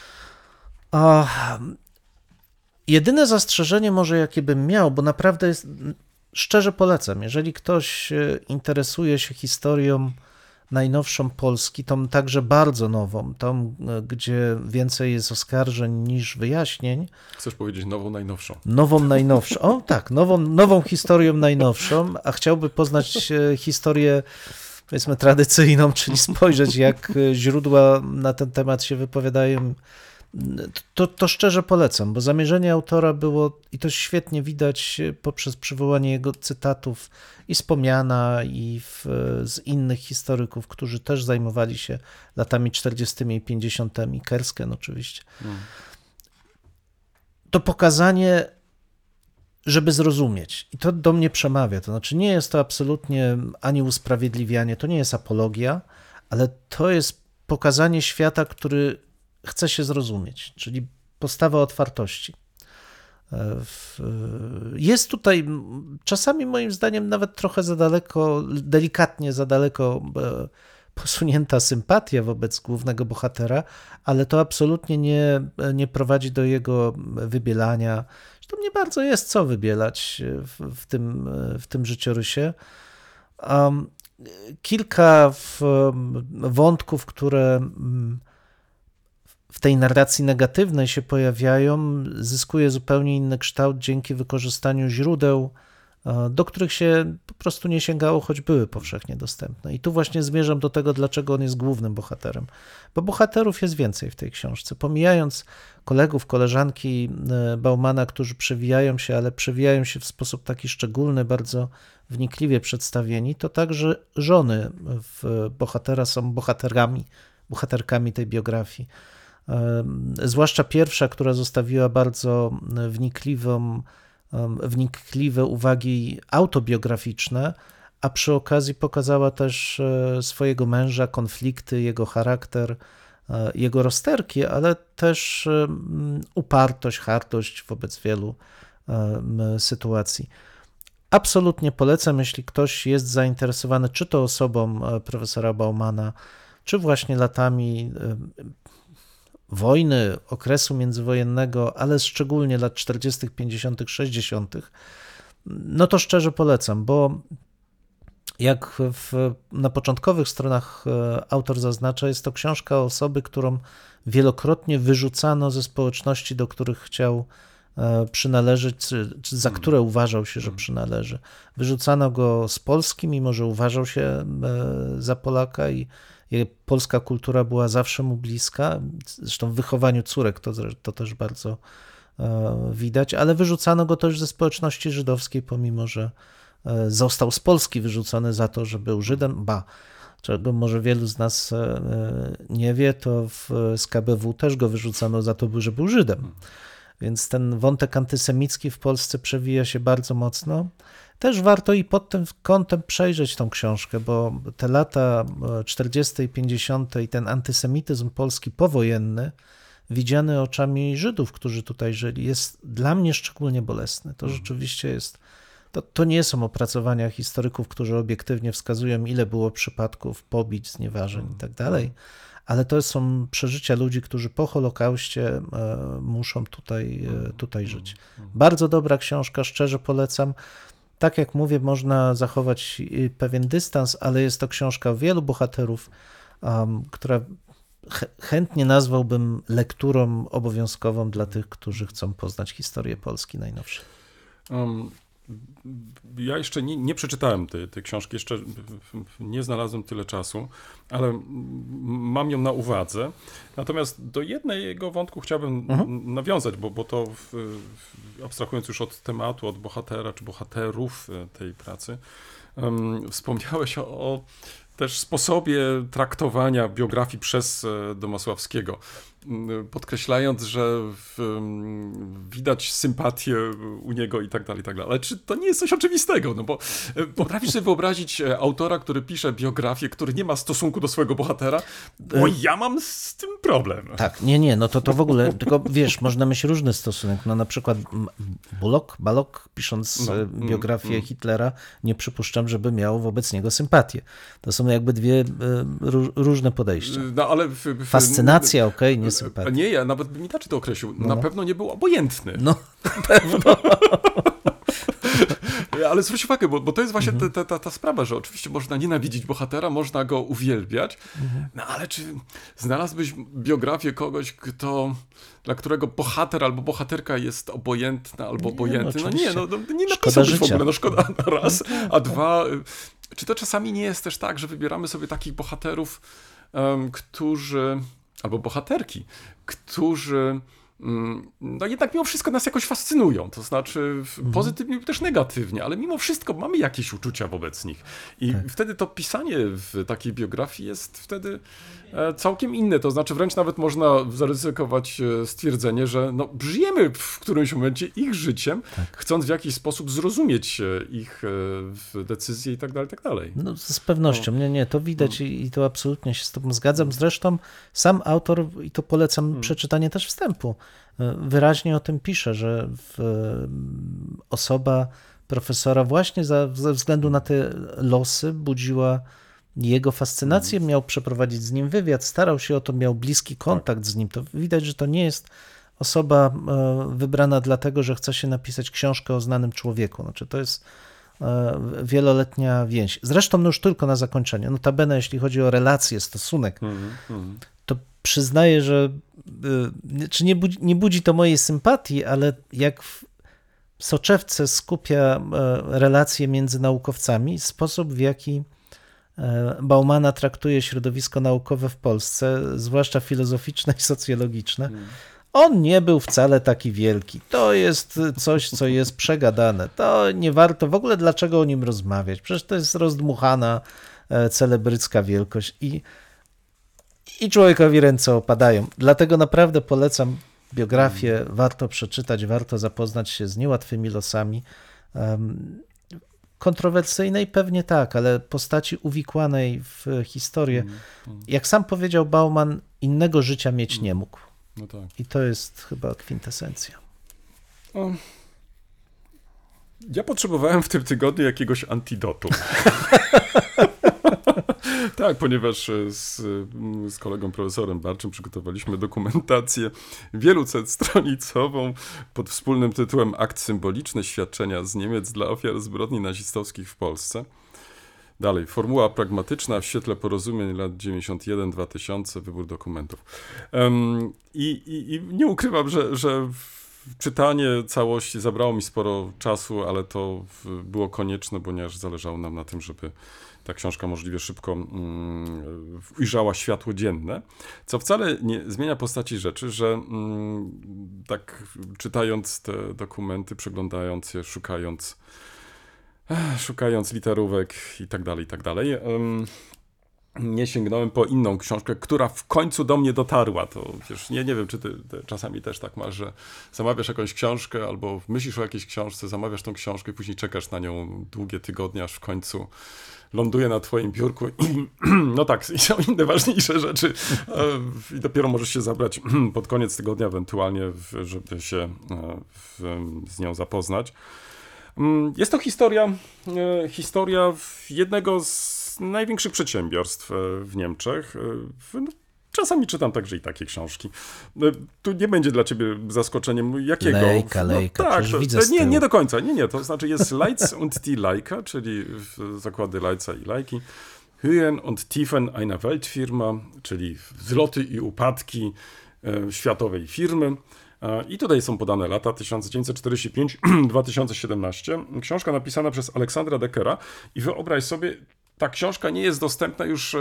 Jedyne zastrzeżenie może, jakie bym miał, bo naprawdę jest, szczerze polecam, jeżeli ktoś interesuje się historią najnowszą Polski, tą także bardzo nową, tą, gdzie więcej jest oskarżeń niż wyjaśnień. Chcesz powiedzieć nową, najnowszą. Nową, najnowszą. O tak, nową historią najnowszą, a chciałby poznać historię, powiedzmy, tradycyjną, czyli spojrzeć, jak źródła na ten temat się wypowiadają, to szczerze polecam, bo zamierzenie autora było, i to świetnie widać poprzez przywołanie jego cytatów i z Pomiana, i z innych historyków, którzy też zajmowali się latami 40. i 50. Kersken oczywiście. To pokazanie, żeby zrozumieć. I to do mnie przemawia. To znaczy nie jest to absolutnie ani usprawiedliwianie, to nie jest apologia, ale to jest pokazanie świata, który chce się zrozumieć, czyli postawa otwartości. Jest tutaj czasami moim zdaniem nawet trochę za daleko, delikatnie za daleko posunięta sympatia wobec głównego bohatera, ale to absolutnie nie prowadzi do jego wybielania. Zresztą nie bardzo jest co wybielać w tym życiorysie. Kilka wątków, które w tej narracji negatywnej się pojawiają, zyskuje zupełnie inny kształt dzięki wykorzystaniu źródeł do których się po prostu nie sięgało, choć były powszechnie dostępne. I tu właśnie zmierzam do tego, dlaczego on jest głównym bohaterem. Bo bohaterów jest więcej w tej książce. Pomijając kolegów, koleżanki Baumana, którzy przewijają się, ale przewijają się w sposób taki szczególny, bardzo wnikliwie przedstawieni, to także żony bohatera są bohaterkami tej biografii. Zwłaszcza pierwsza, która zostawiła bardzo wnikliwe uwagi autobiograficzne, a przy okazji pokazała też swojego męża, konflikty, jego charakter, jego rozterki, ale też upartość, hardość wobec wielu sytuacji. Absolutnie polecam, jeśli ktoś jest zainteresowany czy to osobą profesora Baumana, czy właśnie latami wojny, okresu międzywojennego, ale szczególnie lat 40., 50., 60., no to szczerze polecam, bo jak na początkowych stronach autor zaznacza, jest to książka o osoby, którą wielokrotnie wyrzucano ze społeczności, do których chciał przynależeć, czy za które uważał się, że przynależy. Wyrzucano go z Polski, mimo że uważał się za Polaka i polska kultura była zawsze mu bliska. Zresztą w wychowaniu córek to też bardzo widać, ale wyrzucano go też ze społeczności żydowskiej, pomimo że został z Polski wyrzucony za to, że był Żydem. Czego może wielu z nas nie wie, to z KBW też go wyrzucano za to, że był Żydem. Więc ten wątek antysemicki w Polsce przewija się bardzo mocno. Też warto i pod tym kątem przejrzeć tą książkę, bo te lata 40. i 50. i ten antysemityzm polski powojenny, widziany oczami Żydów, którzy tutaj żyli, jest dla mnie szczególnie bolesny. To rzeczywiście jest, to nie są opracowania historyków, którzy obiektywnie wskazują, ile było przypadków pobić, znieważeń i tak dalej, ale to są przeżycia ludzi, którzy po Holokauście muszą tutaj żyć. Bardzo dobra książka, szczerze polecam. Tak jak mówię, można zachować pewien dystans, ale jest to książka wielu bohaterów, która chętnie nazwałbym lekturą obowiązkową dla tych, którzy chcą poznać historię Polski najnowszej. Ja jeszcze nie przeczytałem tej książki, jeszcze nie znalazłem tyle czasu, ale mam ją na uwadze. Natomiast do jednego wątku chciałbym nawiązać, bo to abstrahując już od tematu, od bohatera czy bohaterów tej pracy, wspomniałeś o też sposobie traktowania biografii przez Domasławskiego, podkreślając, że widać sympatię u niego i tak dalej, i tak dalej. Ale czy to nie jest coś oczywistego? No bo potrafisz sobie wyobrazić autora, który pisze biografię, który nie ma stosunku do swojego bohatera? Bo ja mam z tym problem. Tak, nie, no to w ogóle, tylko wiesz, można mieć różny stosunek. No na przykład Balog, pisząc biografię Hitlera, nie przypuszczam, żeby miał wobec niego sympatię. To są jakby dwie różne podejścia. No, ale fascynacja, okej, nie sympatia. Nie, ja nawet bym inaczej to określił. Na pewno nie był obojętny. No, na pewno. Ale zwróć uwagę, bo to jest właśnie ta sprawa, że oczywiście można nienawidzić bohatera, można go uwielbiać, no ale czy znalazłbyś biografię kogoś, dla którego bohater albo bohaterka jest obojętna albo obojętny? No nie napisałbyś w ogóle, szkoda raz, a dwa, czy to czasami nie jest też tak, że wybieramy sobie takich bohaterów, którzy, albo bohaterki, którzy no jednak mimo wszystko nas jakoś fascynują, to znaczy pozytywnie lub też negatywnie, ale mimo wszystko mamy jakieś uczucia wobec nich. I wtedy to pisanie w takiej biografii jest wtedy całkiem inne, to znaczy wręcz nawet można zaryzykować stwierdzenie, że żyjemy w którymś momencie ich życiem, chcąc w jakiś sposób zrozumieć ich decyzje i tak dalej, i tak dalej. No z pewnością, nie, to widać i to absolutnie się z tobą zgadzam. Zresztą sam autor, i to polecam przeczytanie też wstępu, wyraźnie o tym pisze, że osoba profesora właśnie ze względu na te losy budziła jego fascynację, miał przeprowadzić z nim wywiad, starał się o to, miał bliski kontakt z nim. To widać, że to nie jest osoba wybrana dlatego, że chce się napisać książkę o znanym człowieku. Znaczy, to jest wieloletnia więź. Zresztą już tylko na zakończenie. Notabene, jeśli chodzi o relacje, stosunek, to przyznaję, że czy nie budzi to mojej sympatii, ale jak w soczewce skupia relacje między naukowcami, sposób w jaki Baumana traktuje środowisko naukowe w Polsce, zwłaszcza filozoficzne i socjologiczne. On nie był wcale taki wielki. To jest coś, co jest przegadane. To nie warto w ogóle dlaczego o nim rozmawiać. Przecież to jest rozdmuchana celebrycka wielkość i człowiekowi ręce opadają. Dlatego naprawdę polecam biografię. Warto przeczytać, warto zapoznać się z niełatwymi losami. Kontrowersyjnej pewnie tak, ale postaci uwikłanej w historię. Jak sam powiedział Bauman, innego życia mieć nie mógł. No tak. I to jest chyba kwintesencja. Ja potrzebowałem w tym tygodniu jakiegoś antidotum. Tak, ponieważ z kolegą profesorem Barczym przygotowaliśmy dokumentację wielustronicową pod wspólnym tytułem Akt symboliczny świadczenia z Niemiec dla ofiar zbrodni nazistowskich w Polsce. Dalej, formuła pragmatyczna w świetle porozumień lat 91-2000, wybór dokumentów. I nie ukrywam, że czytanie całości zabrało mi sporo czasu, ale to było konieczne, ponieważ zależało nam na tym, żeby ta książka możliwie szybko ujrzała światło dzienne, co wcale nie zmienia postaci rzeczy, że tak czytając te dokumenty, przeglądając je, szukając literówek i tak dalej, nie sięgnąłem po inną książkę, która w końcu do mnie dotarła. To wiesz, nie wiem, czy ty czasami też tak masz, że zamawiasz jakąś książkę albo myślisz o jakiejś książce, zamawiasz tą książkę i później czekasz na nią długie tygodnie, aż w końcu ląduje na twoim biurku i no tak, i są inne ważniejsze rzeczy i dopiero możesz się zabrać pod koniec tygodnia ewentualnie, żeby się z nią zapoznać. Jest to historia jednego z największych przedsiębiorstw w Niemczech. Czasami czytam także i takie książki. Tu nie będzie dla ciebie zaskoczeniem jakiego. Lejka, tak, widzę nie do końca. Nie, to znaczy jest Leitz und die Leica, czyli zakłady Leitza i Lajki. Höhen und Tiefen einer Weltfirma, czyli wzloty i upadki światowej firmy. I tutaj są podane lata 1945-2017. Książka napisana przez Aleksandra Deckera i wyobraź sobie, ta książka nie jest dostępna już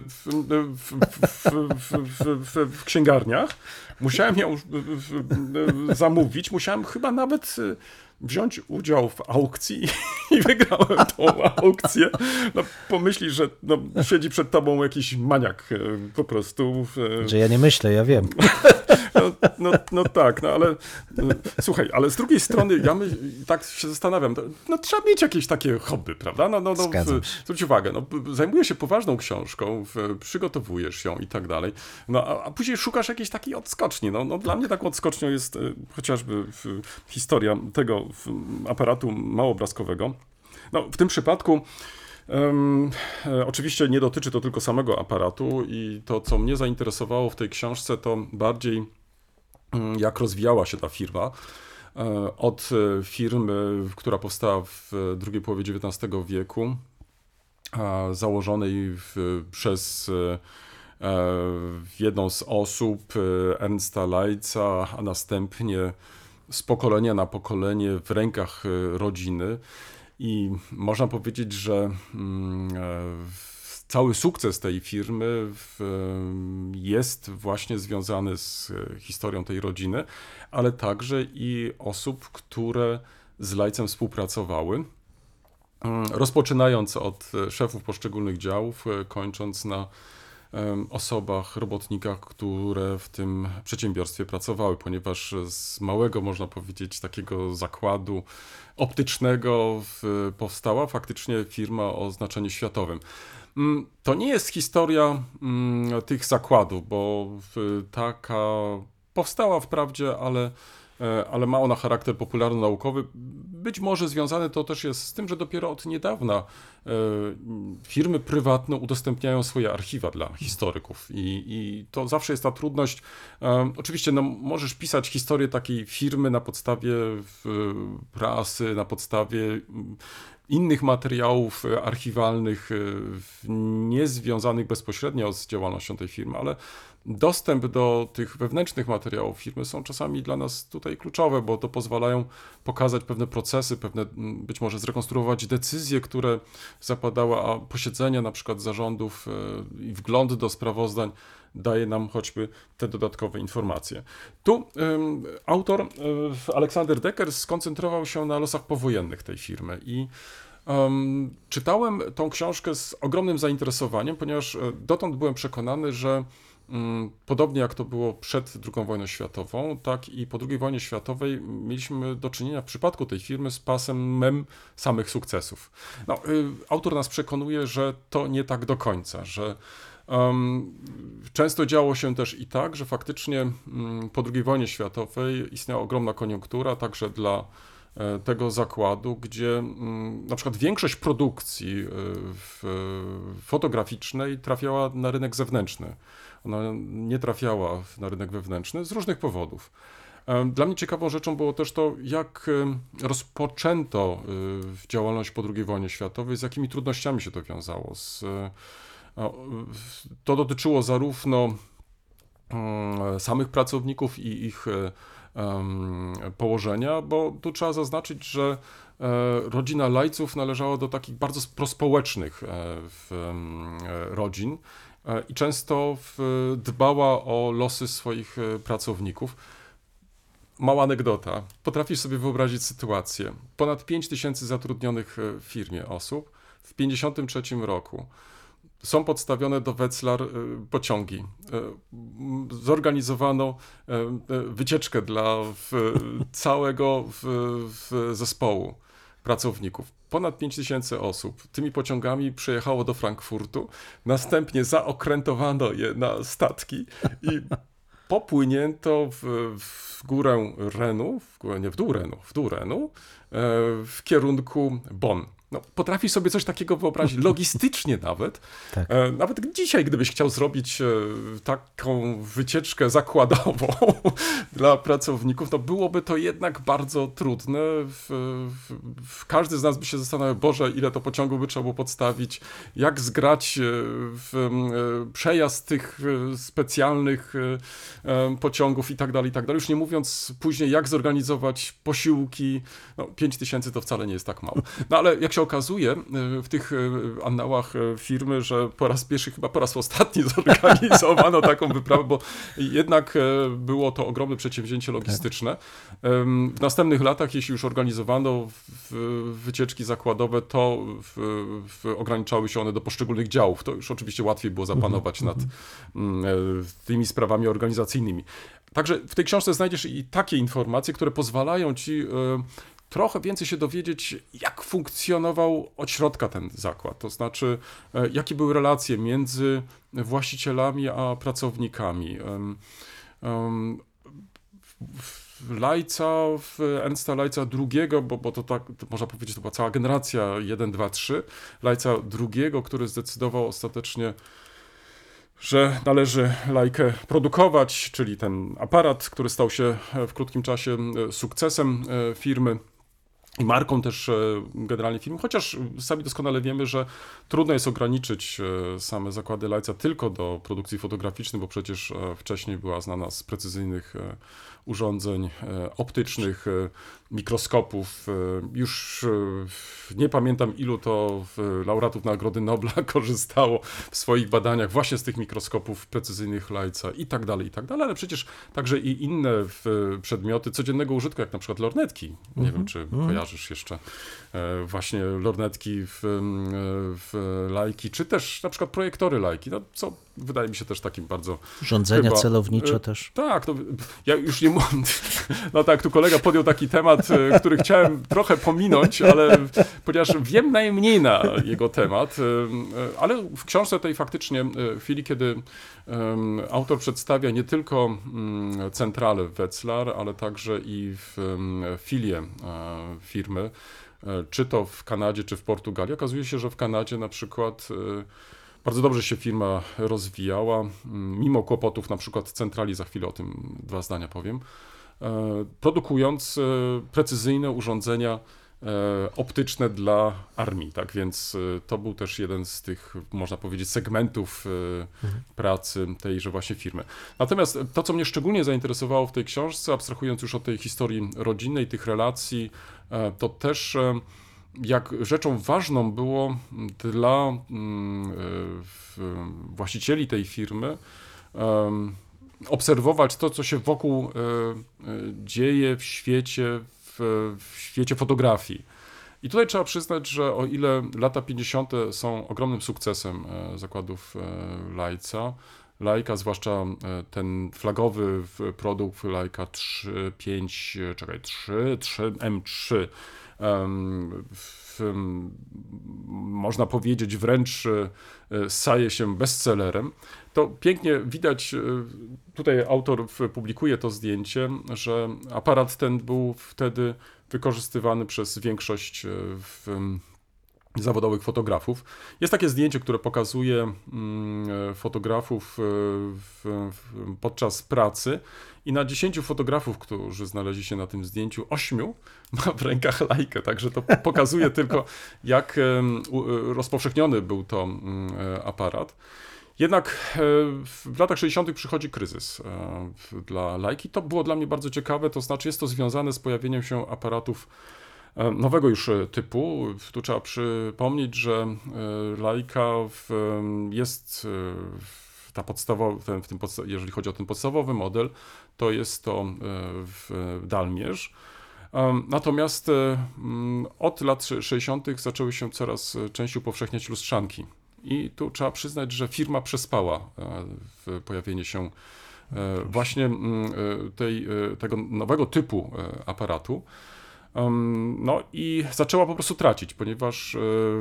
w księgarniach. Musiałem ją zamówić, musiałem chyba nawet wziąć udział w aukcji i wygrałem tą aukcję. No, pomyślisz, że siedzi przed tobą jakiś maniak po prostu. Że ja nie myślę, ja wiem. No tak, ale słuchaj, ale z drugiej strony tak się zastanawiam, trzeba mieć jakieś takie hobby, prawda? Zwróć uwagę, zajmujesz się poważną książką, przygotowujesz ją i tak dalej, a później szukasz jakiejś takiej odskoczni. Dla mnie taką odskocznią jest chociażby historia tego aparatu małobrazkowego. W tym przypadku oczywiście nie dotyczy to tylko samego aparatu i to, co mnie zainteresowało w tej książce, to bardziej jak rozwijała się ta firma. Od firmy, która powstała w drugiej połowie XIX wieku, założonej przez jedną z osób, Ernsta Leitza, a następnie z pokolenia na pokolenie w rękach rodziny. I można powiedzieć, że cały sukces tej firmy jest właśnie związany z historią tej rodziny, ale także i osób, które z Leitzem współpracowały. Rozpoczynając od szefów poszczególnych działów, kończąc na osobach, robotnikach, które w tym przedsiębiorstwie pracowały, ponieważ z małego, można powiedzieć, takiego zakładu optycznego powstała faktycznie firma o znaczeniu światowym. To nie jest historia tych zakładów, bo taka powstała wprawdzie, ale ma ona charakter popularno-naukowy. Być może związane to też jest z tym, że dopiero od niedawna firmy prywatne udostępniają swoje archiwa dla historyków i to zawsze jest ta trudność. Oczywiście możesz pisać historię takiej firmy na podstawie prasy, na podstawie innych materiałów archiwalnych, niezwiązanych bezpośrednio z działalnością tej firmy, ale dostęp do tych wewnętrznych materiałów firmy są czasami dla nas tutaj kluczowe, bo to pozwalają pokazać pewne procesy, pewne być może zrekonstruować decyzje, które zapadały, a posiedzenia na przykład zarządów i wgląd do sprawozdań daje nam choćby te dodatkowe informacje. Tu autor Aleksander Decker skoncentrował się na losach powojennych tej firmy i czytałem tą książkę z ogromnym zainteresowaniem, ponieważ dotąd byłem przekonany, że podobnie jak to było przed II wojną światową, tak i po II wojnie światowej mieliśmy do czynienia w przypadku tej firmy z pasmem samych sukcesów. No, autor nas przekonuje, że to nie tak do końca, że często działo się też i tak, że faktycznie po II wojnie światowej istniała ogromna koniunktura, także dla tego zakładu, gdzie na przykład większość produkcji fotograficznej trafiała na rynek zewnętrzny. Ona nie trafiała na rynek wewnętrzny z różnych powodów. Dla mnie ciekawą rzeczą było też to, jak rozpoczęto działalność po II wojnie światowej, z jakimi trudnościami się to wiązało. To dotyczyło zarówno samych pracowników i ich położenia, bo tu trzeba zaznaczyć, że rodzina Lajców należała do takich bardzo prospołecznych rodzin i często dbała o losy swoich pracowników. Mała anegdota. Potrafisz sobie wyobrazić sytuację. Ponad 5000 zatrudnionych w firmie osób w 1953 roku. Są podstawione do Wetzlar pociągi. Zorganizowano wycieczkę dla całego zespołu pracowników. Ponad 5000 osób tymi pociągami przyjechało do Frankfurtu, następnie zaokrętowano je na statki i popłynięto w górę Renu, w dół Renu, w kierunku Bonn. No, potrafisz sobie coś takiego wyobrazić, logistycznie nawet. Tak. Nawet dzisiaj, gdybyś chciał zrobić taką wycieczkę zakładową dla pracowników, to byłoby to jednak bardzo trudne. Każdy z nas by się zastanawiał, Boże, ile to pociągu by trzeba było podstawić, jak zgrać przejazd tych specjalnych pociągów i tak dalej, i tak dalej. Już nie mówiąc później, jak zorganizować posiłki. No, 5000 to wcale nie jest tak mało. No ale jak się okazuje w tych annałach firmy, że po raz pierwszy, chyba po raz ostatni zorganizowano taką wyprawę, bo jednak było to ogromne przedsięwzięcie logistyczne. W następnych latach, jeśli już organizowano wycieczki zakładowe, to ograniczały się one do poszczególnych działów. To już oczywiście łatwiej było zapanować nad tymi sprawami organizacyjnymi. Także w tej książce znajdziesz i takie informacje, które pozwalają ci trochę więcej się dowiedzieć, jak funkcjonował od środka ten zakład, to znaczy jakie były relacje między właścicielami a pracownikami. Ernsta Lajca II, bo to tak to można powiedzieć, to była cała generacja 1, 2, 3, Lajca II, który zdecydował ostatecznie, że należy lajkę produkować, czyli ten aparat, który stał się w krótkim czasie sukcesem firmy i marką też generalnie firmy, chociaż sami doskonale wiemy, że trudno jest ograniczyć same zakłady Lajca tylko do produkcji fotograficznej, bo przecież wcześniej była znana z precyzyjnych urządzeń optycznych, mikroskopów. Już nie pamiętam, ilu to laureatów Nagrody Nobla korzystało w swoich badaniach właśnie z tych mikroskopów precyzyjnych Lajca i tak dalej, ale przecież także i inne przedmioty codziennego użytku, jak na przykład lornetki. Nie wiem, czy kojarzysz jeszcze właśnie lornetki w Lajki, czy też na przykład projektory Lajki, no, co wydaje mi się też takim bardzo... Urządzenia celownicze też. Tak, to ja już nie mówię... No tak, tu kolega podjął taki temat, który chciałem trochę pominąć, ale ponieważ wiem najmniej na jego temat, ale w książce tej faktycznie w chwili, kiedy autor przedstawia nie tylko centralę Wetzlar, ale także i filię firmy, czy to w Kanadzie, czy w Portugalii. Okazuje się, że w Kanadzie na przykład bardzo dobrze się firma rozwijała, mimo kłopotów na przykład centrali, za chwilę o tym 2 zdania powiem, produkując precyzyjne urządzenia optyczne dla armii, tak więc to był też jeden z tych, można powiedzieć, segmentów pracy tejże właśnie firmy. Natomiast to, co mnie szczególnie zainteresowało w tej książce, abstrahując już od tej historii rodzinnej, tych relacji, to też jak rzeczą ważną było dla właścicieli tej firmy obserwować to, co się wokół dzieje w świecie fotografii. I tutaj trzeba przyznać, że o ile lata 50. są ogromnym sukcesem zakładów Leica, zwłaszcza ten flagowy produkt Leica 3 M3, można powiedzieć wręcz staje się bestsellerem, to pięknie widać, tutaj autor publikuje to zdjęcie, że aparat ten był wtedy wykorzystywany przez większość zawodowych fotografów. Jest takie zdjęcie, które pokazuje fotografów podczas pracy i na 10 fotografów, którzy znaleźli się na tym zdjęciu, 8 ma w rękach Leikę, także to pokazuje tylko, jak rozpowszechniony był to aparat. Jednak w latach 60. przychodzi kryzys dla Leiki. To było dla mnie bardzo ciekawe, to znaczy jest to związane z pojawieniem się aparatów nowego już typu. Tu trzeba przypomnieć, że Leica jest ta podstawowa, jeżeli chodzi o ten podstawowy model, to jest to dalmierz. Natomiast od lat 60. zaczęły się coraz częściej upowszechniać lustrzanki. I tu trzeba przyznać, że firma przespała pojawienie się właśnie tego nowego typu aparatu. No i zaczęła po prostu tracić, ponieważ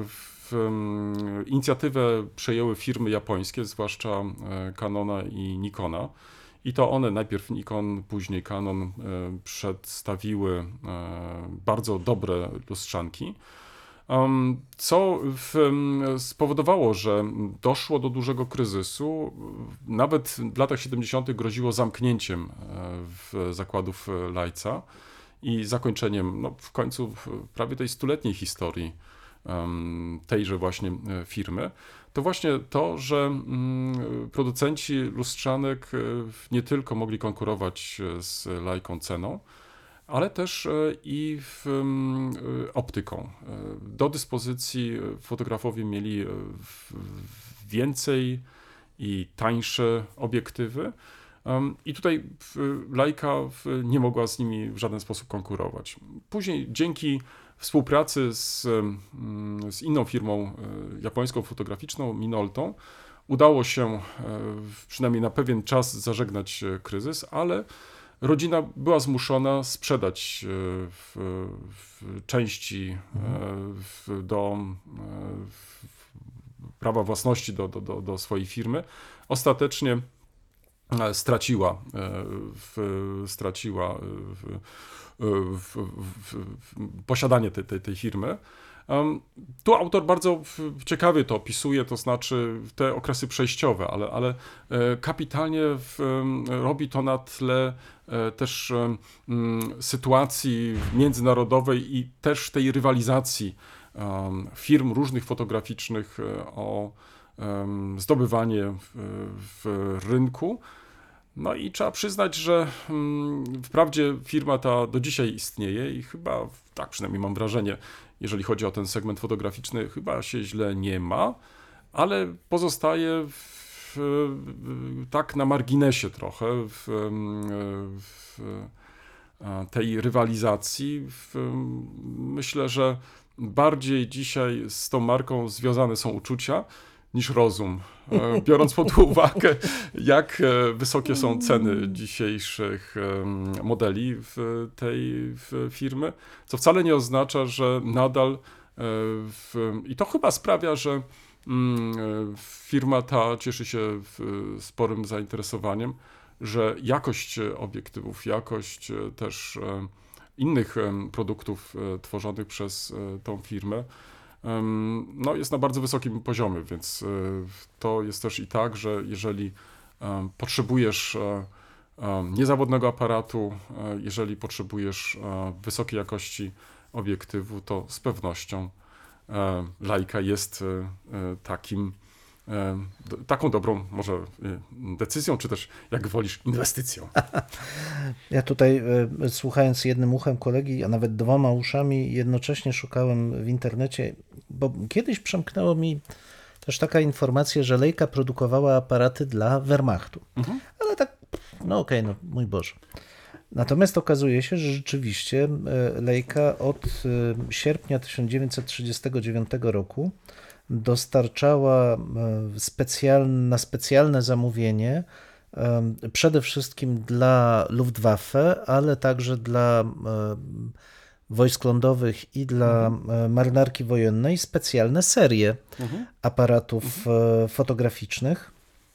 inicjatywę przejęły firmy japońskie, zwłaszcza Canona i Nikona. I to one, najpierw Nikon, później Canon, przedstawiły bardzo dobre lustrzanki, co spowodowało, że doszło do dużego kryzysu. Nawet w latach 70. groziło zamknięciem zakładów Leica i zakończeniem, no, w końcu prawie tej stuletniej historii tejże właśnie firmy. To właśnie to, że producenci lustrzanek nie tylko mogli konkurować z Leiką ceną, ale też i optyką. Do dyspozycji fotografowie mieli więcej i tańsze obiektywy. I tutaj Leica nie mogła z nimi w żaden sposób konkurować. Później dzięki współpracy z inną firmą japońską fotograficzną, Minoltą, udało się przynajmniej na pewien czas zażegnać kryzys, ale rodzina była zmuszona sprzedać części do prawa własności do swojej firmy. Ostatecznie straciła posiadanie tej firmy. Tu autor bardzo ciekawie to opisuje, to znaczy te okresy przejściowe, ale kapitalnie robi to na tle też sytuacji międzynarodowej i też tej rywalizacji firm różnych fotograficznych o zdobywanie w rynku. No i trzeba przyznać, że wprawdzie firma ta do dzisiaj istnieje i chyba, tak przynajmniej mam wrażenie, jeżeli chodzi o ten segment fotograficzny, chyba się źle nie ma, ale pozostaje tak na marginesie trochę w tej rywalizacji. Myślę, że bardziej dzisiaj z tą marką związane są uczucia niż rozum, biorąc pod uwagę, jak wysokie są ceny dzisiejszych modeli tej firmy, co wcale nie oznacza, że nadal, i to chyba sprawia, że firma ta cieszy się sporym zainteresowaniem, że jakość obiektywów, jakość też innych produktów tworzonych przez tą firmę no, jest na bardzo wysokim poziomie, więc to jest też i tak, że jeżeli potrzebujesz niezawodnego aparatu, jeżeli potrzebujesz wysokiej jakości obiektywu, to z pewnością Leica jest taką dobrą może decyzją, czy też jak wolisz inwestycją. Ja tutaj słuchając jednym uchem kolegi, a nawet dwoma uszami jednocześnie szukałem w internecie, bo kiedyś przemknęło mi też taka informacja, że Leica produkowała aparaty dla Wehrmachtu. Ale tak, no okej, no mój Boże. Natomiast okazuje się, że rzeczywiście Leica od sierpnia 1939 roku dostarczała na specjalne zamówienie przede wszystkim dla Luftwaffe, ale także dla wojsk lądowych i dla marynarki wojennej specjalne serie aparatów fotograficznych.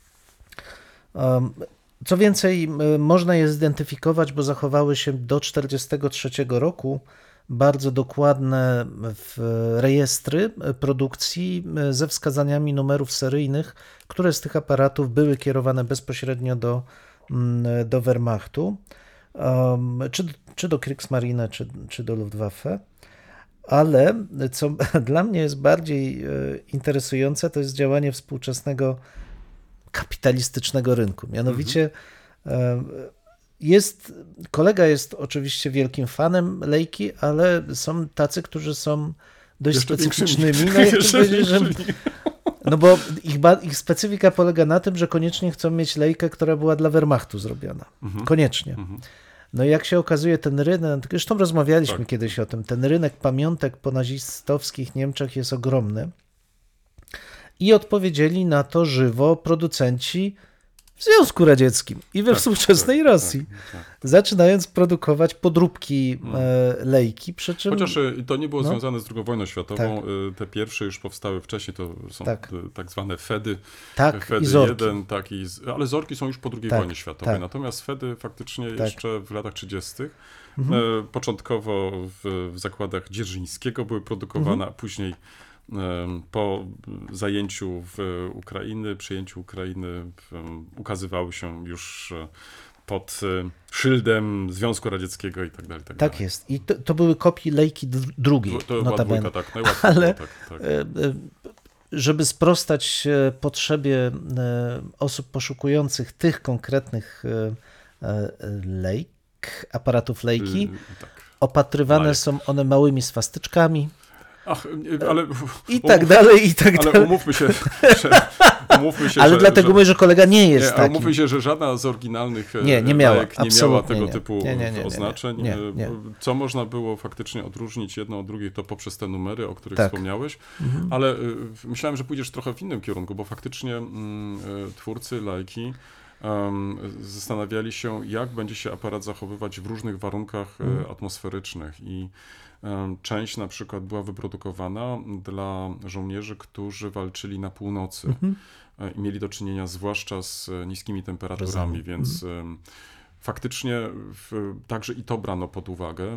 Co więcej, można je zidentyfikować, bo zachowały się do 1943 roku bardzo dokładne rejestry produkcji ze wskazaniami numerów seryjnych, które z tych aparatów były kierowane bezpośrednio do Wehrmachtu, czy do Kriegsmarine, czy do Luftwaffe. Ale co dla mnie jest bardziej interesujące, to jest działanie współczesnego kapitalistycznego rynku. Mianowicie kolega jest oczywiście wielkim fanem Leici, ale są tacy, którzy są dość Jeszcze specyficznymi. No, bo ich specyfika polega na tym, że koniecznie chcą mieć Leikę, która była dla Wehrmachtu zrobiona. Koniecznie. No i jak się okazuje, ten rynek, zresztą rozmawialiśmy kiedyś o tym, ten rynek pamiątek po nazistowskich Niemczech jest ogromny. I odpowiedzieli na to żywo producenci w Związku Radzieckim i we współczesnej Rosji, zaczynając produkować podróbki Leici, przy czym... Chociaż to nie było związane z II wojną światową, te pierwsze już powstały wcześniej, to są tak zwane Fedy. Fedy i Zorki. 1, ale Zorki są już po II wojnie światowej, natomiast Fedy faktycznie jeszcze w latach 30. Początkowo w zakładach Dzierżyńskiego były produkowane, a później po zajęciu przejęciu Ukrainy ukazywały się już pod szyldem Związku Radzieckiego i tak dalej. Tak jest. I to były kopie Leici drugiej. To była dwójka, najłatwiej. Ale żeby sprostać potrzebie osób poszukujących tych konkretnych aparatów Leici, opatrywane są one małymi swastyczkami. I tak dalej. Ale umówmy się, ale dlatego mówię, że kolega nie jest taki. Umówmy się, że żadna z oryginalnych nie miała tego typu oznaczeń. Nie. Co można było faktycznie odróżnić jedno od drugiej, to poprzez te numery, o których wspomniałeś. Ale myślałem, że pójdziesz trochę w innym kierunku, bo faktycznie twórcy Leici zastanawiali się, jak będzie się aparat zachowywać w różnych warunkach atmosferycznych i część na przykład była wyprodukowana dla żołnierzy, którzy walczyli na północy i mieli do czynienia zwłaszcza z niskimi temperaturami, więc faktycznie także i to brano pod uwagę.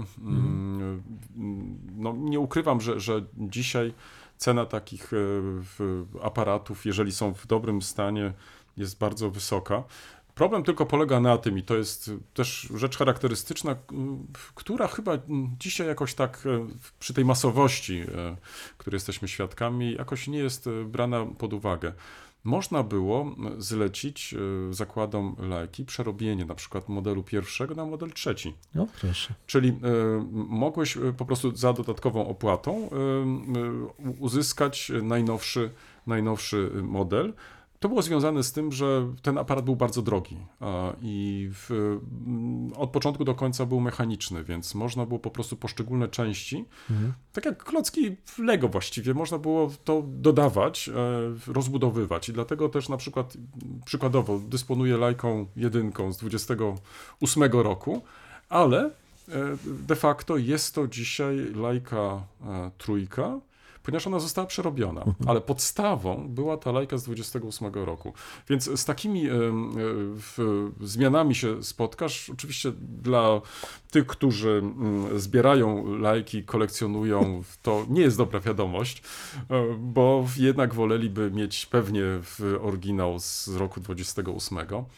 No, nie ukrywam, że dzisiaj cena takich aparatów, jeżeli są w dobrym stanie, jest bardzo wysoka. Problem tylko polega na tym, i to jest też rzecz charakterystyczna, która chyba dzisiaj jakoś tak przy tej masowości, której jesteśmy świadkami, jakoś nie jest brana pod uwagę. Można było zlecić zakładom Leici przerobienie na przykład modelu pierwszego na model trzeci. No, proszę. Czyli mogłeś po prostu za dodatkową opłatą uzyskać najnowszy model. To było związane z tym, że ten aparat był bardzo drogi i od początku do końca był mechaniczny, więc można było po prostu poszczególne części, tak jak klocki w Lego właściwie, można było to dodawać, rozbudowywać i dlatego też na przykład przykładowo dysponuję Leiką 1 z 28 roku, ale de facto jest to dzisiaj Leica trójka, ponieważ ona została przerobiona, ale podstawą była ta Leica z 28 roku. Więc z takimi zmianami się spotkasz. Oczywiście dla tych, którzy zbierają Leici, kolekcjonują, to nie jest dobra wiadomość, bo jednak woleliby mieć pewnie oryginał z roku 28.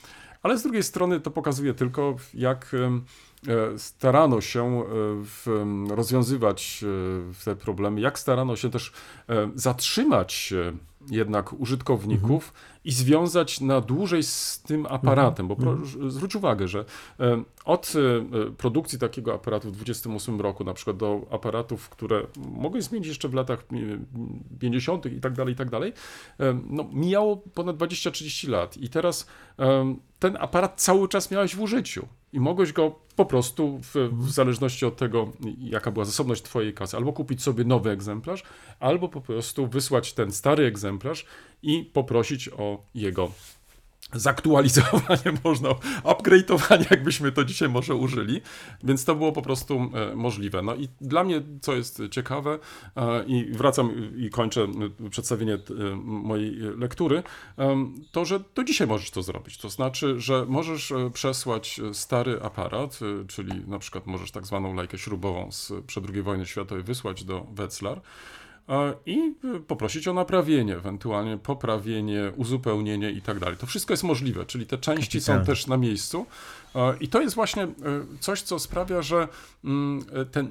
Ale z drugiej strony to pokazuje tylko, jak starano się rozwiązywać te problemy, jak starano się też zatrzymać jednak użytkowników i związać na dłużej z tym aparatem, bo zwróć uwagę, że od produkcji takiego aparatu w 28 roku, na przykład do aparatów, które mogły zmienić jeszcze w latach 50. i tak dalej, no, mijało ponad 20-30 lat i teraz ten aparat cały czas miałeś w użyciu i mogłeś go po prostu w zależności od tego, jaka była zasobność twojej kasy, albo kupić sobie nowy egzemplarz, albo po prostu wysłać ten stary egzemplarz i poprosić o jego zaktualizowanie, można, upgrade'owanie, jakbyśmy to dzisiaj może użyli, więc to było po prostu możliwe. No i dla mnie, co jest ciekawe, i wracam i kończę przedstawienie mojej lektury, to, że do dzisiaj możesz to zrobić. To znaczy, że możesz przesłać stary aparat, czyli na przykład możesz tak zwaną lajkę śrubową sprzed II wojny światowej wysłać do Wetzlar, i poprosić o naprawienie, ewentualnie poprawienie, uzupełnienie i tak dalej. To wszystko jest możliwe, czyli te części są też na miejscu i to jest właśnie coś, co sprawia, że ten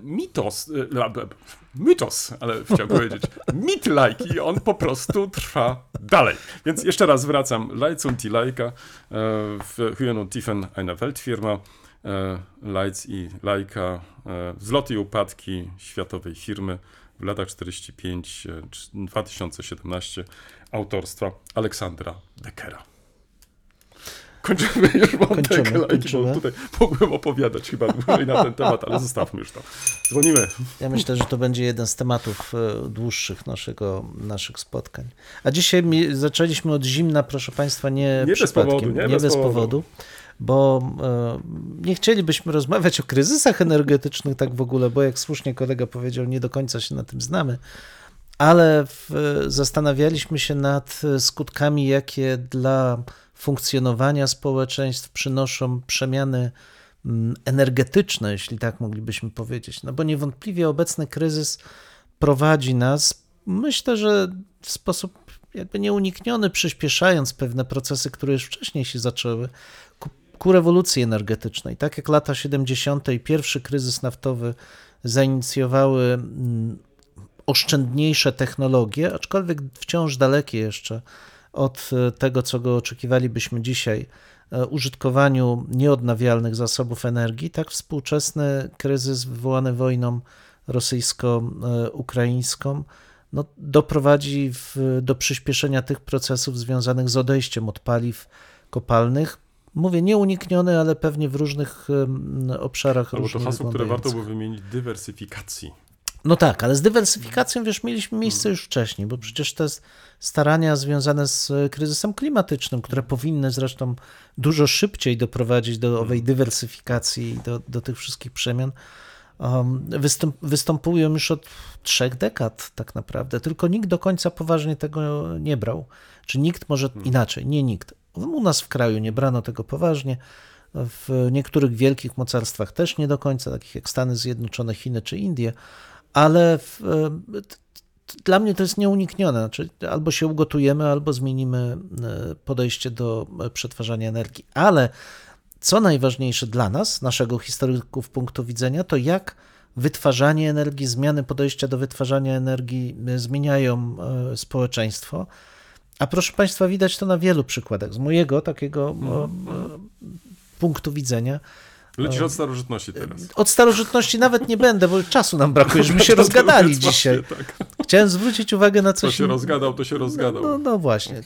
mitos, ale chciałem powiedzieć, mit lajki, on po prostu trwa dalej. Więc jeszcze raz wracam. Lights und die Leica w Hühen und Tiefen eine Weltfirma. Lights i Leica, wzloty i upadki światowej firmy w latach 45-2017 autorstwa Aleksandra Deckera. Kończymy już wątek Lajki, bo tutaj mógłbym opowiadać chyba dłużej na ten temat, ale zostawmy już to. Dzwonimy. Ja myślę, że to będzie jeden z tematów dłuższych naszych spotkań. A dzisiaj zaczęliśmy od zimna, proszę Państwa, nie przypadkiem, nie bez powodu. Bo nie chcielibyśmy rozmawiać o kryzysach energetycznych tak w ogóle, bo jak słusznie kolega powiedział, nie do końca się na tym znamy, ale zastanawialiśmy się nad skutkami, jakie dla funkcjonowania społeczeństw przynoszą przemiany energetyczne, jeśli tak moglibyśmy powiedzieć. No bo niewątpliwie obecny kryzys prowadzi nas, myślę, że w sposób jakby nieunikniony, przyspieszając pewne procesy, które już wcześniej się zaczęły, ku rewolucji energetycznej. Tak jak lata 70. i pierwszy kryzys naftowy zainicjowały oszczędniejsze technologie, aczkolwiek wciąż dalekie jeszcze od tego, co go oczekiwalibyśmy dzisiaj, użytkowaniu nieodnawialnych zasobów energii, tak współczesny kryzys wywołany wojną rosyjsko-ukraińską doprowadzi do przyspieszenia tych procesów związanych z odejściem od paliw kopalnych. Mówię nieuniknione, ale pewnie w różnych obszarach. Albo to hasło, które warto by wymienić, dywersyfikacji. No tak, ale z dywersyfikacją, mieliśmy miejsce już wcześniej, bo przecież te starania związane z kryzysem klimatycznym, które powinny zresztą dużo szybciej doprowadzić do owej dywersyfikacji i do tych wszystkich przemian, występują już od 3 dekad tak naprawdę, tylko nikt do końca poważnie tego nie brał. Czy nikt, może inaczej, nie nikt. U nas w kraju nie brano tego poważnie, w niektórych wielkich mocarstwach też nie do końca, takich jak Stany Zjednoczone, Chiny czy Indie, ale dla mnie to jest nieuniknione. Znaczy, albo się ugotujemy, albo zmienimy podejście do przetwarzania energii. Ale co najważniejsze dla nas, naszego historyków punktu widzenia, to jak wytwarzanie energii, zmiany podejścia do wytwarzania energii zmieniają społeczeństwo. A proszę Państwa, widać to na wielu przykładach. Z mojego takiego punktu widzenia. Lecisz od starożytności teraz. Od starożytności nawet nie będę, bo czasu nam brakuje, żebyśmy się rozgadali dzisiaj. Tak. Chciałem zwrócić uwagę na coś... To się rozgadał. No właśnie.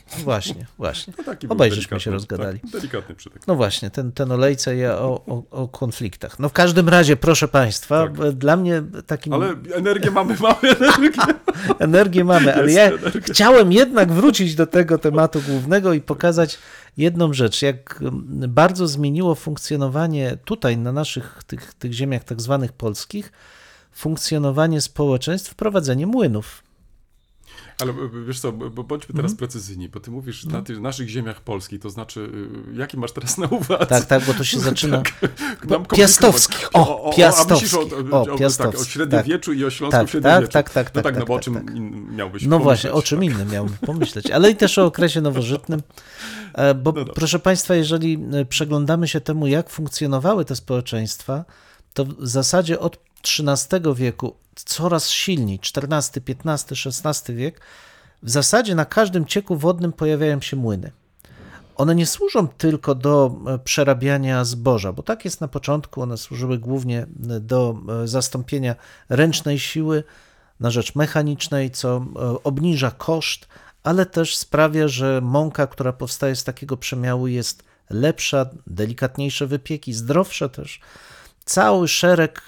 Obaj żeśmy się rozgadali. Tak, delikatny przytyk. No właśnie, ten olejce i o konfliktach. No w każdym razie, proszę Państwa, dla mnie takim... Ale energię mamy energię. Energię mamy, ale ja chciałem jednak wrócić do tego tematu głównego i pokazać jedną rzecz, jak bardzo zmieniło funkcjonowanie tutaj na naszych tych ziemiach tak zwanych polskich, funkcjonowanie społeczeństw, wprowadzenie młynów. Ale wiesz co, bądźmy teraz precyzyjni, bo ty mówisz na tych naszych ziemiach polskich, to znaczy, jaki masz teraz na uwadze? Tak, bo to się zaczyna... nam komplikować. Piastowskich. A myślisz Piastowskich. o średniowieczu i o śląskim Tak, średniowieczu. tak, No bo o czym tak. miałbyś No pomyśleć? właśnie, o czym innym miałbym pomyśleć, ale i też o okresie nowożytnym, bo proszę Państwa, jeżeli przeglądamy się temu, jak funkcjonowały te społeczeństwa, to w zasadzie od XIII wieku coraz silniej, XIV, XV, XVI wiek, w zasadzie na każdym cieku wodnym pojawiają się młyny. One nie służą tylko do przerabiania zboża, bo tak jest na początku, one służyły głównie do zastąpienia ręcznej siły na rzecz mechanicznej, co obniża koszt, ale też sprawia, że mąka, która powstaje z takiego przemiału, jest lepsza, delikatniejsze wypieki, zdrowsze też. Cały szereg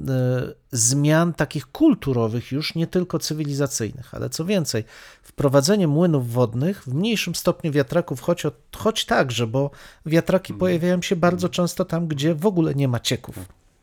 zmian takich kulturowych, już nie tylko cywilizacyjnych, ale co więcej, wprowadzenie młynów wodnych, w mniejszym stopniu wiatraków, choć także, bo wiatraki pojawiają się bardzo często tam, gdzie w ogóle nie ma cieków.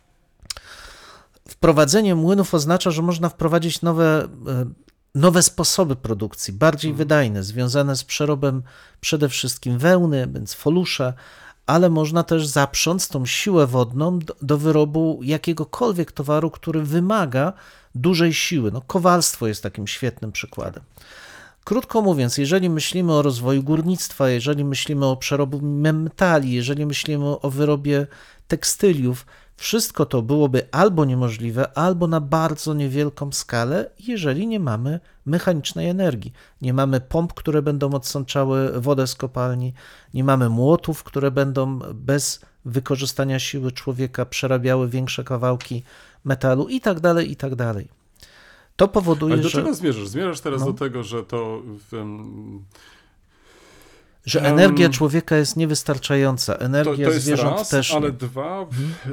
Wprowadzenie młynów oznacza, że można wprowadzić nowe sposoby produkcji, bardziej wydajne, związane z przerobem przede wszystkim wełny, więc folusze, ale można też zaprząc tą siłę wodną do wyrobu jakiegokolwiek towaru, który wymaga dużej siły. No, kowalstwo jest takim świetnym przykładem. Krótko mówiąc, jeżeli myślimy o rozwoju górnictwa, jeżeli myślimy o przerobu metali, jeżeli myślimy o wyrobie tekstyliów, wszystko to byłoby albo niemożliwe, albo na bardzo niewielką skalę, jeżeli nie mamy mechanicznej energii. Nie mamy pomp, które będą odsączały wodę z kopalni, nie mamy młotów, które będą bez wykorzystania siły człowieka przerabiały większe kawałki metalu i tak dalej, i tak dalej. To powoduje, Ale do że... czego zmierzasz? Zmierzasz teraz do tego, że to... Że energia człowieka jest niewystarczająca, energia to jest zwierząt raz, też ale nie. dwa,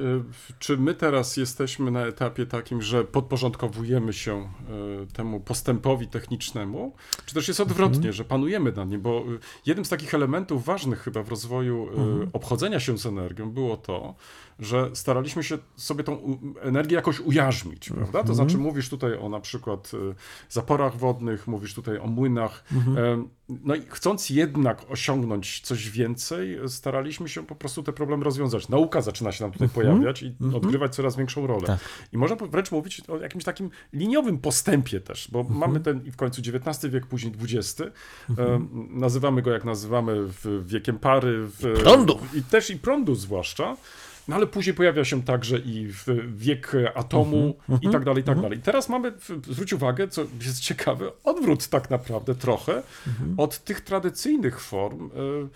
czy my teraz jesteśmy na etapie takim, że podporządkowujemy się temu postępowi technicznemu, czy też jest odwrotnie, że panujemy nad nim, bo jednym z takich elementów ważnych chyba w rozwoju obchodzenia się z energią było to, że staraliśmy się sobie tą energię jakoś ujarzmić, prawda? To znaczy mówisz tutaj o na przykład zaporach wodnych, mówisz tutaj o młynach, no i chcąc jednak osiągnąć coś więcej, staraliśmy się po prostu te problemy rozwiązać. Nauka zaczyna się nam tutaj pojawiać i odgrywać coraz większą rolę. Tak. I można wręcz mówić o jakimś takim liniowym postępie też, bo mamy ten i w końcu XIX wiek, później XX. Nazywamy go jak nazywamy wiekiem pary. Prądu. I też i prądu zwłaszcza. No ale później pojawia się także i wiek atomu i tak dalej, i tak dalej. I teraz mamy, zwróć uwagę, co jest ciekawe, odwrót tak naprawdę trochę od tych tradycyjnych form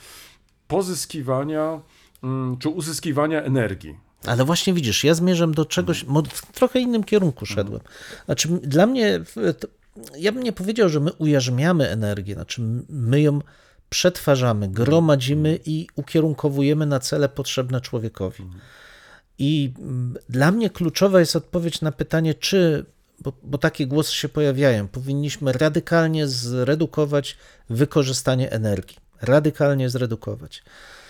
pozyskiwania czy uzyskiwania energii. Ale właśnie widzisz, ja zmierzam do czegoś, w trochę innym kierunku szedłem. Znaczy dla mnie, ja bym nie powiedział, że my ujarzmiamy energię, znaczy my ją przetwarzamy, gromadzimy i ukierunkowujemy na cele potrzebne człowiekowi. I dla mnie kluczowa jest odpowiedź na pytanie, czy, bo takie głosy się pojawiają, powinniśmy radykalnie zredukować wykorzystanie energii. Radykalnie zredukować.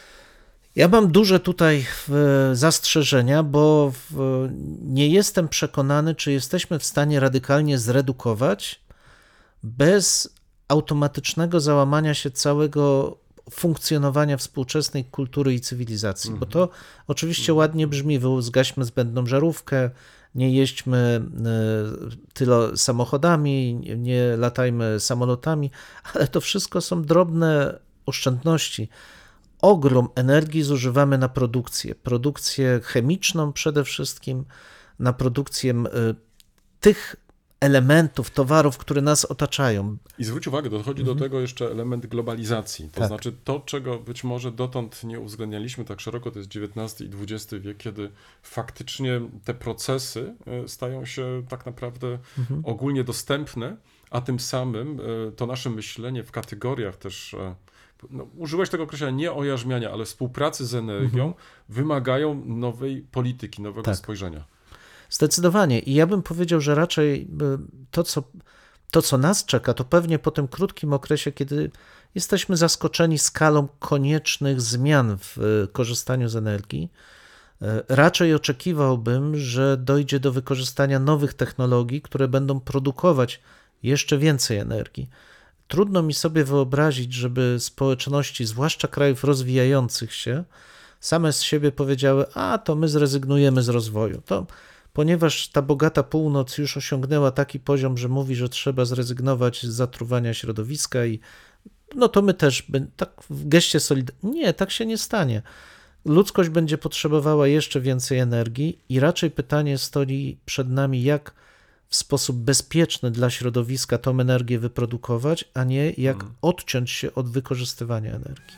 Ja mam duże tutaj zastrzeżenia, bo nie jestem przekonany, czy jesteśmy w stanie radykalnie zredukować bez automatycznego załamania się całego funkcjonowania współczesnej kultury i cywilizacji. Bo to oczywiście ładnie brzmi, zgaśmy zbędną żarówkę, nie jeźdźmy tyle samochodami, nie latajmy samolotami, ale to wszystko są drobne oszczędności. Ogrom energii zużywamy na produkcję chemiczną przede wszystkim, na produkcję tych elementów, towarów, które nas otaczają. I zwróć uwagę, dochodzi do tego jeszcze element globalizacji. To znaczy to, czego być może dotąd nie uwzględnialiśmy tak szeroko, to jest XIX i XX wiek, kiedy faktycznie te procesy stają się tak naprawdę ogólnie dostępne, a tym samym to nasze myślenie w kategoriach też, no, użyłeś tego określenia nie ojarzmiania, ale współpracy z energią, wymagają nowej polityki, nowego spojrzenia. Zdecydowanie. I ja bym powiedział, że raczej to, co nas czeka, to pewnie po tym krótkim okresie, kiedy jesteśmy zaskoczeni skalą koniecznych zmian w korzystaniu z energii, raczej oczekiwałbym, że dojdzie do wykorzystania nowych technologii, które będą produkować jeszcze więcej energii. Trudno mi sobie wyobrazić, żeby społeczności, zwłaszcza krajów rozwijających się, same z siebie powiedziały, a to my zrezygnujemy z rozwoju. To ponieważ ta bogata północ już osiągnęła taki poziom, że mówi, że trzeba zrezygnować z zatruwania środowiska i no to my też, tak w geście solidarności. Nie, tak się nie stanie. Ludzkość będzie potrzebowała jeszcze więcej energii i raczej pytanie stoi przed nami, jak w sposób bezpieczny dla środowiska tą energię wyprodukować, a nie jak odciąć się od wykorzystywania energii.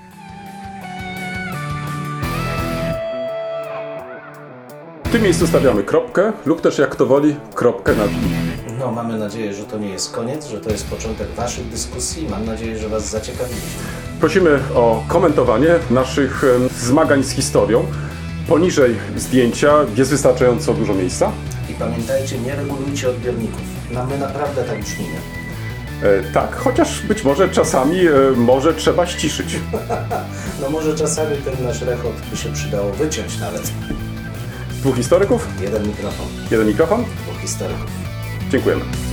W tym miejscu stawiamy kropkę lub też jak to woli, kropkę nad i. No, mamy nadzieję, że to nie jest koniec, że to jest początek waszych dyskusji. Mam nadzieję, że was zaciekawiliśmy. Prosimy o komentowanie naszych zmagań z historią. Poniżej zdjęcia jest wystarczająco dużo miejsca. I pamiętajcie, nie regulujcie odbiorników. My naprawdę tak brzmimy. Tak, chociaż być może czasami może trzeba ściszyć. No może czasami ten nasz rechot by się przydało wyciąć nawet. 2 historyków, Jeden mikrofon, 1 mikrofon. 2 historyków. Dziękujemy.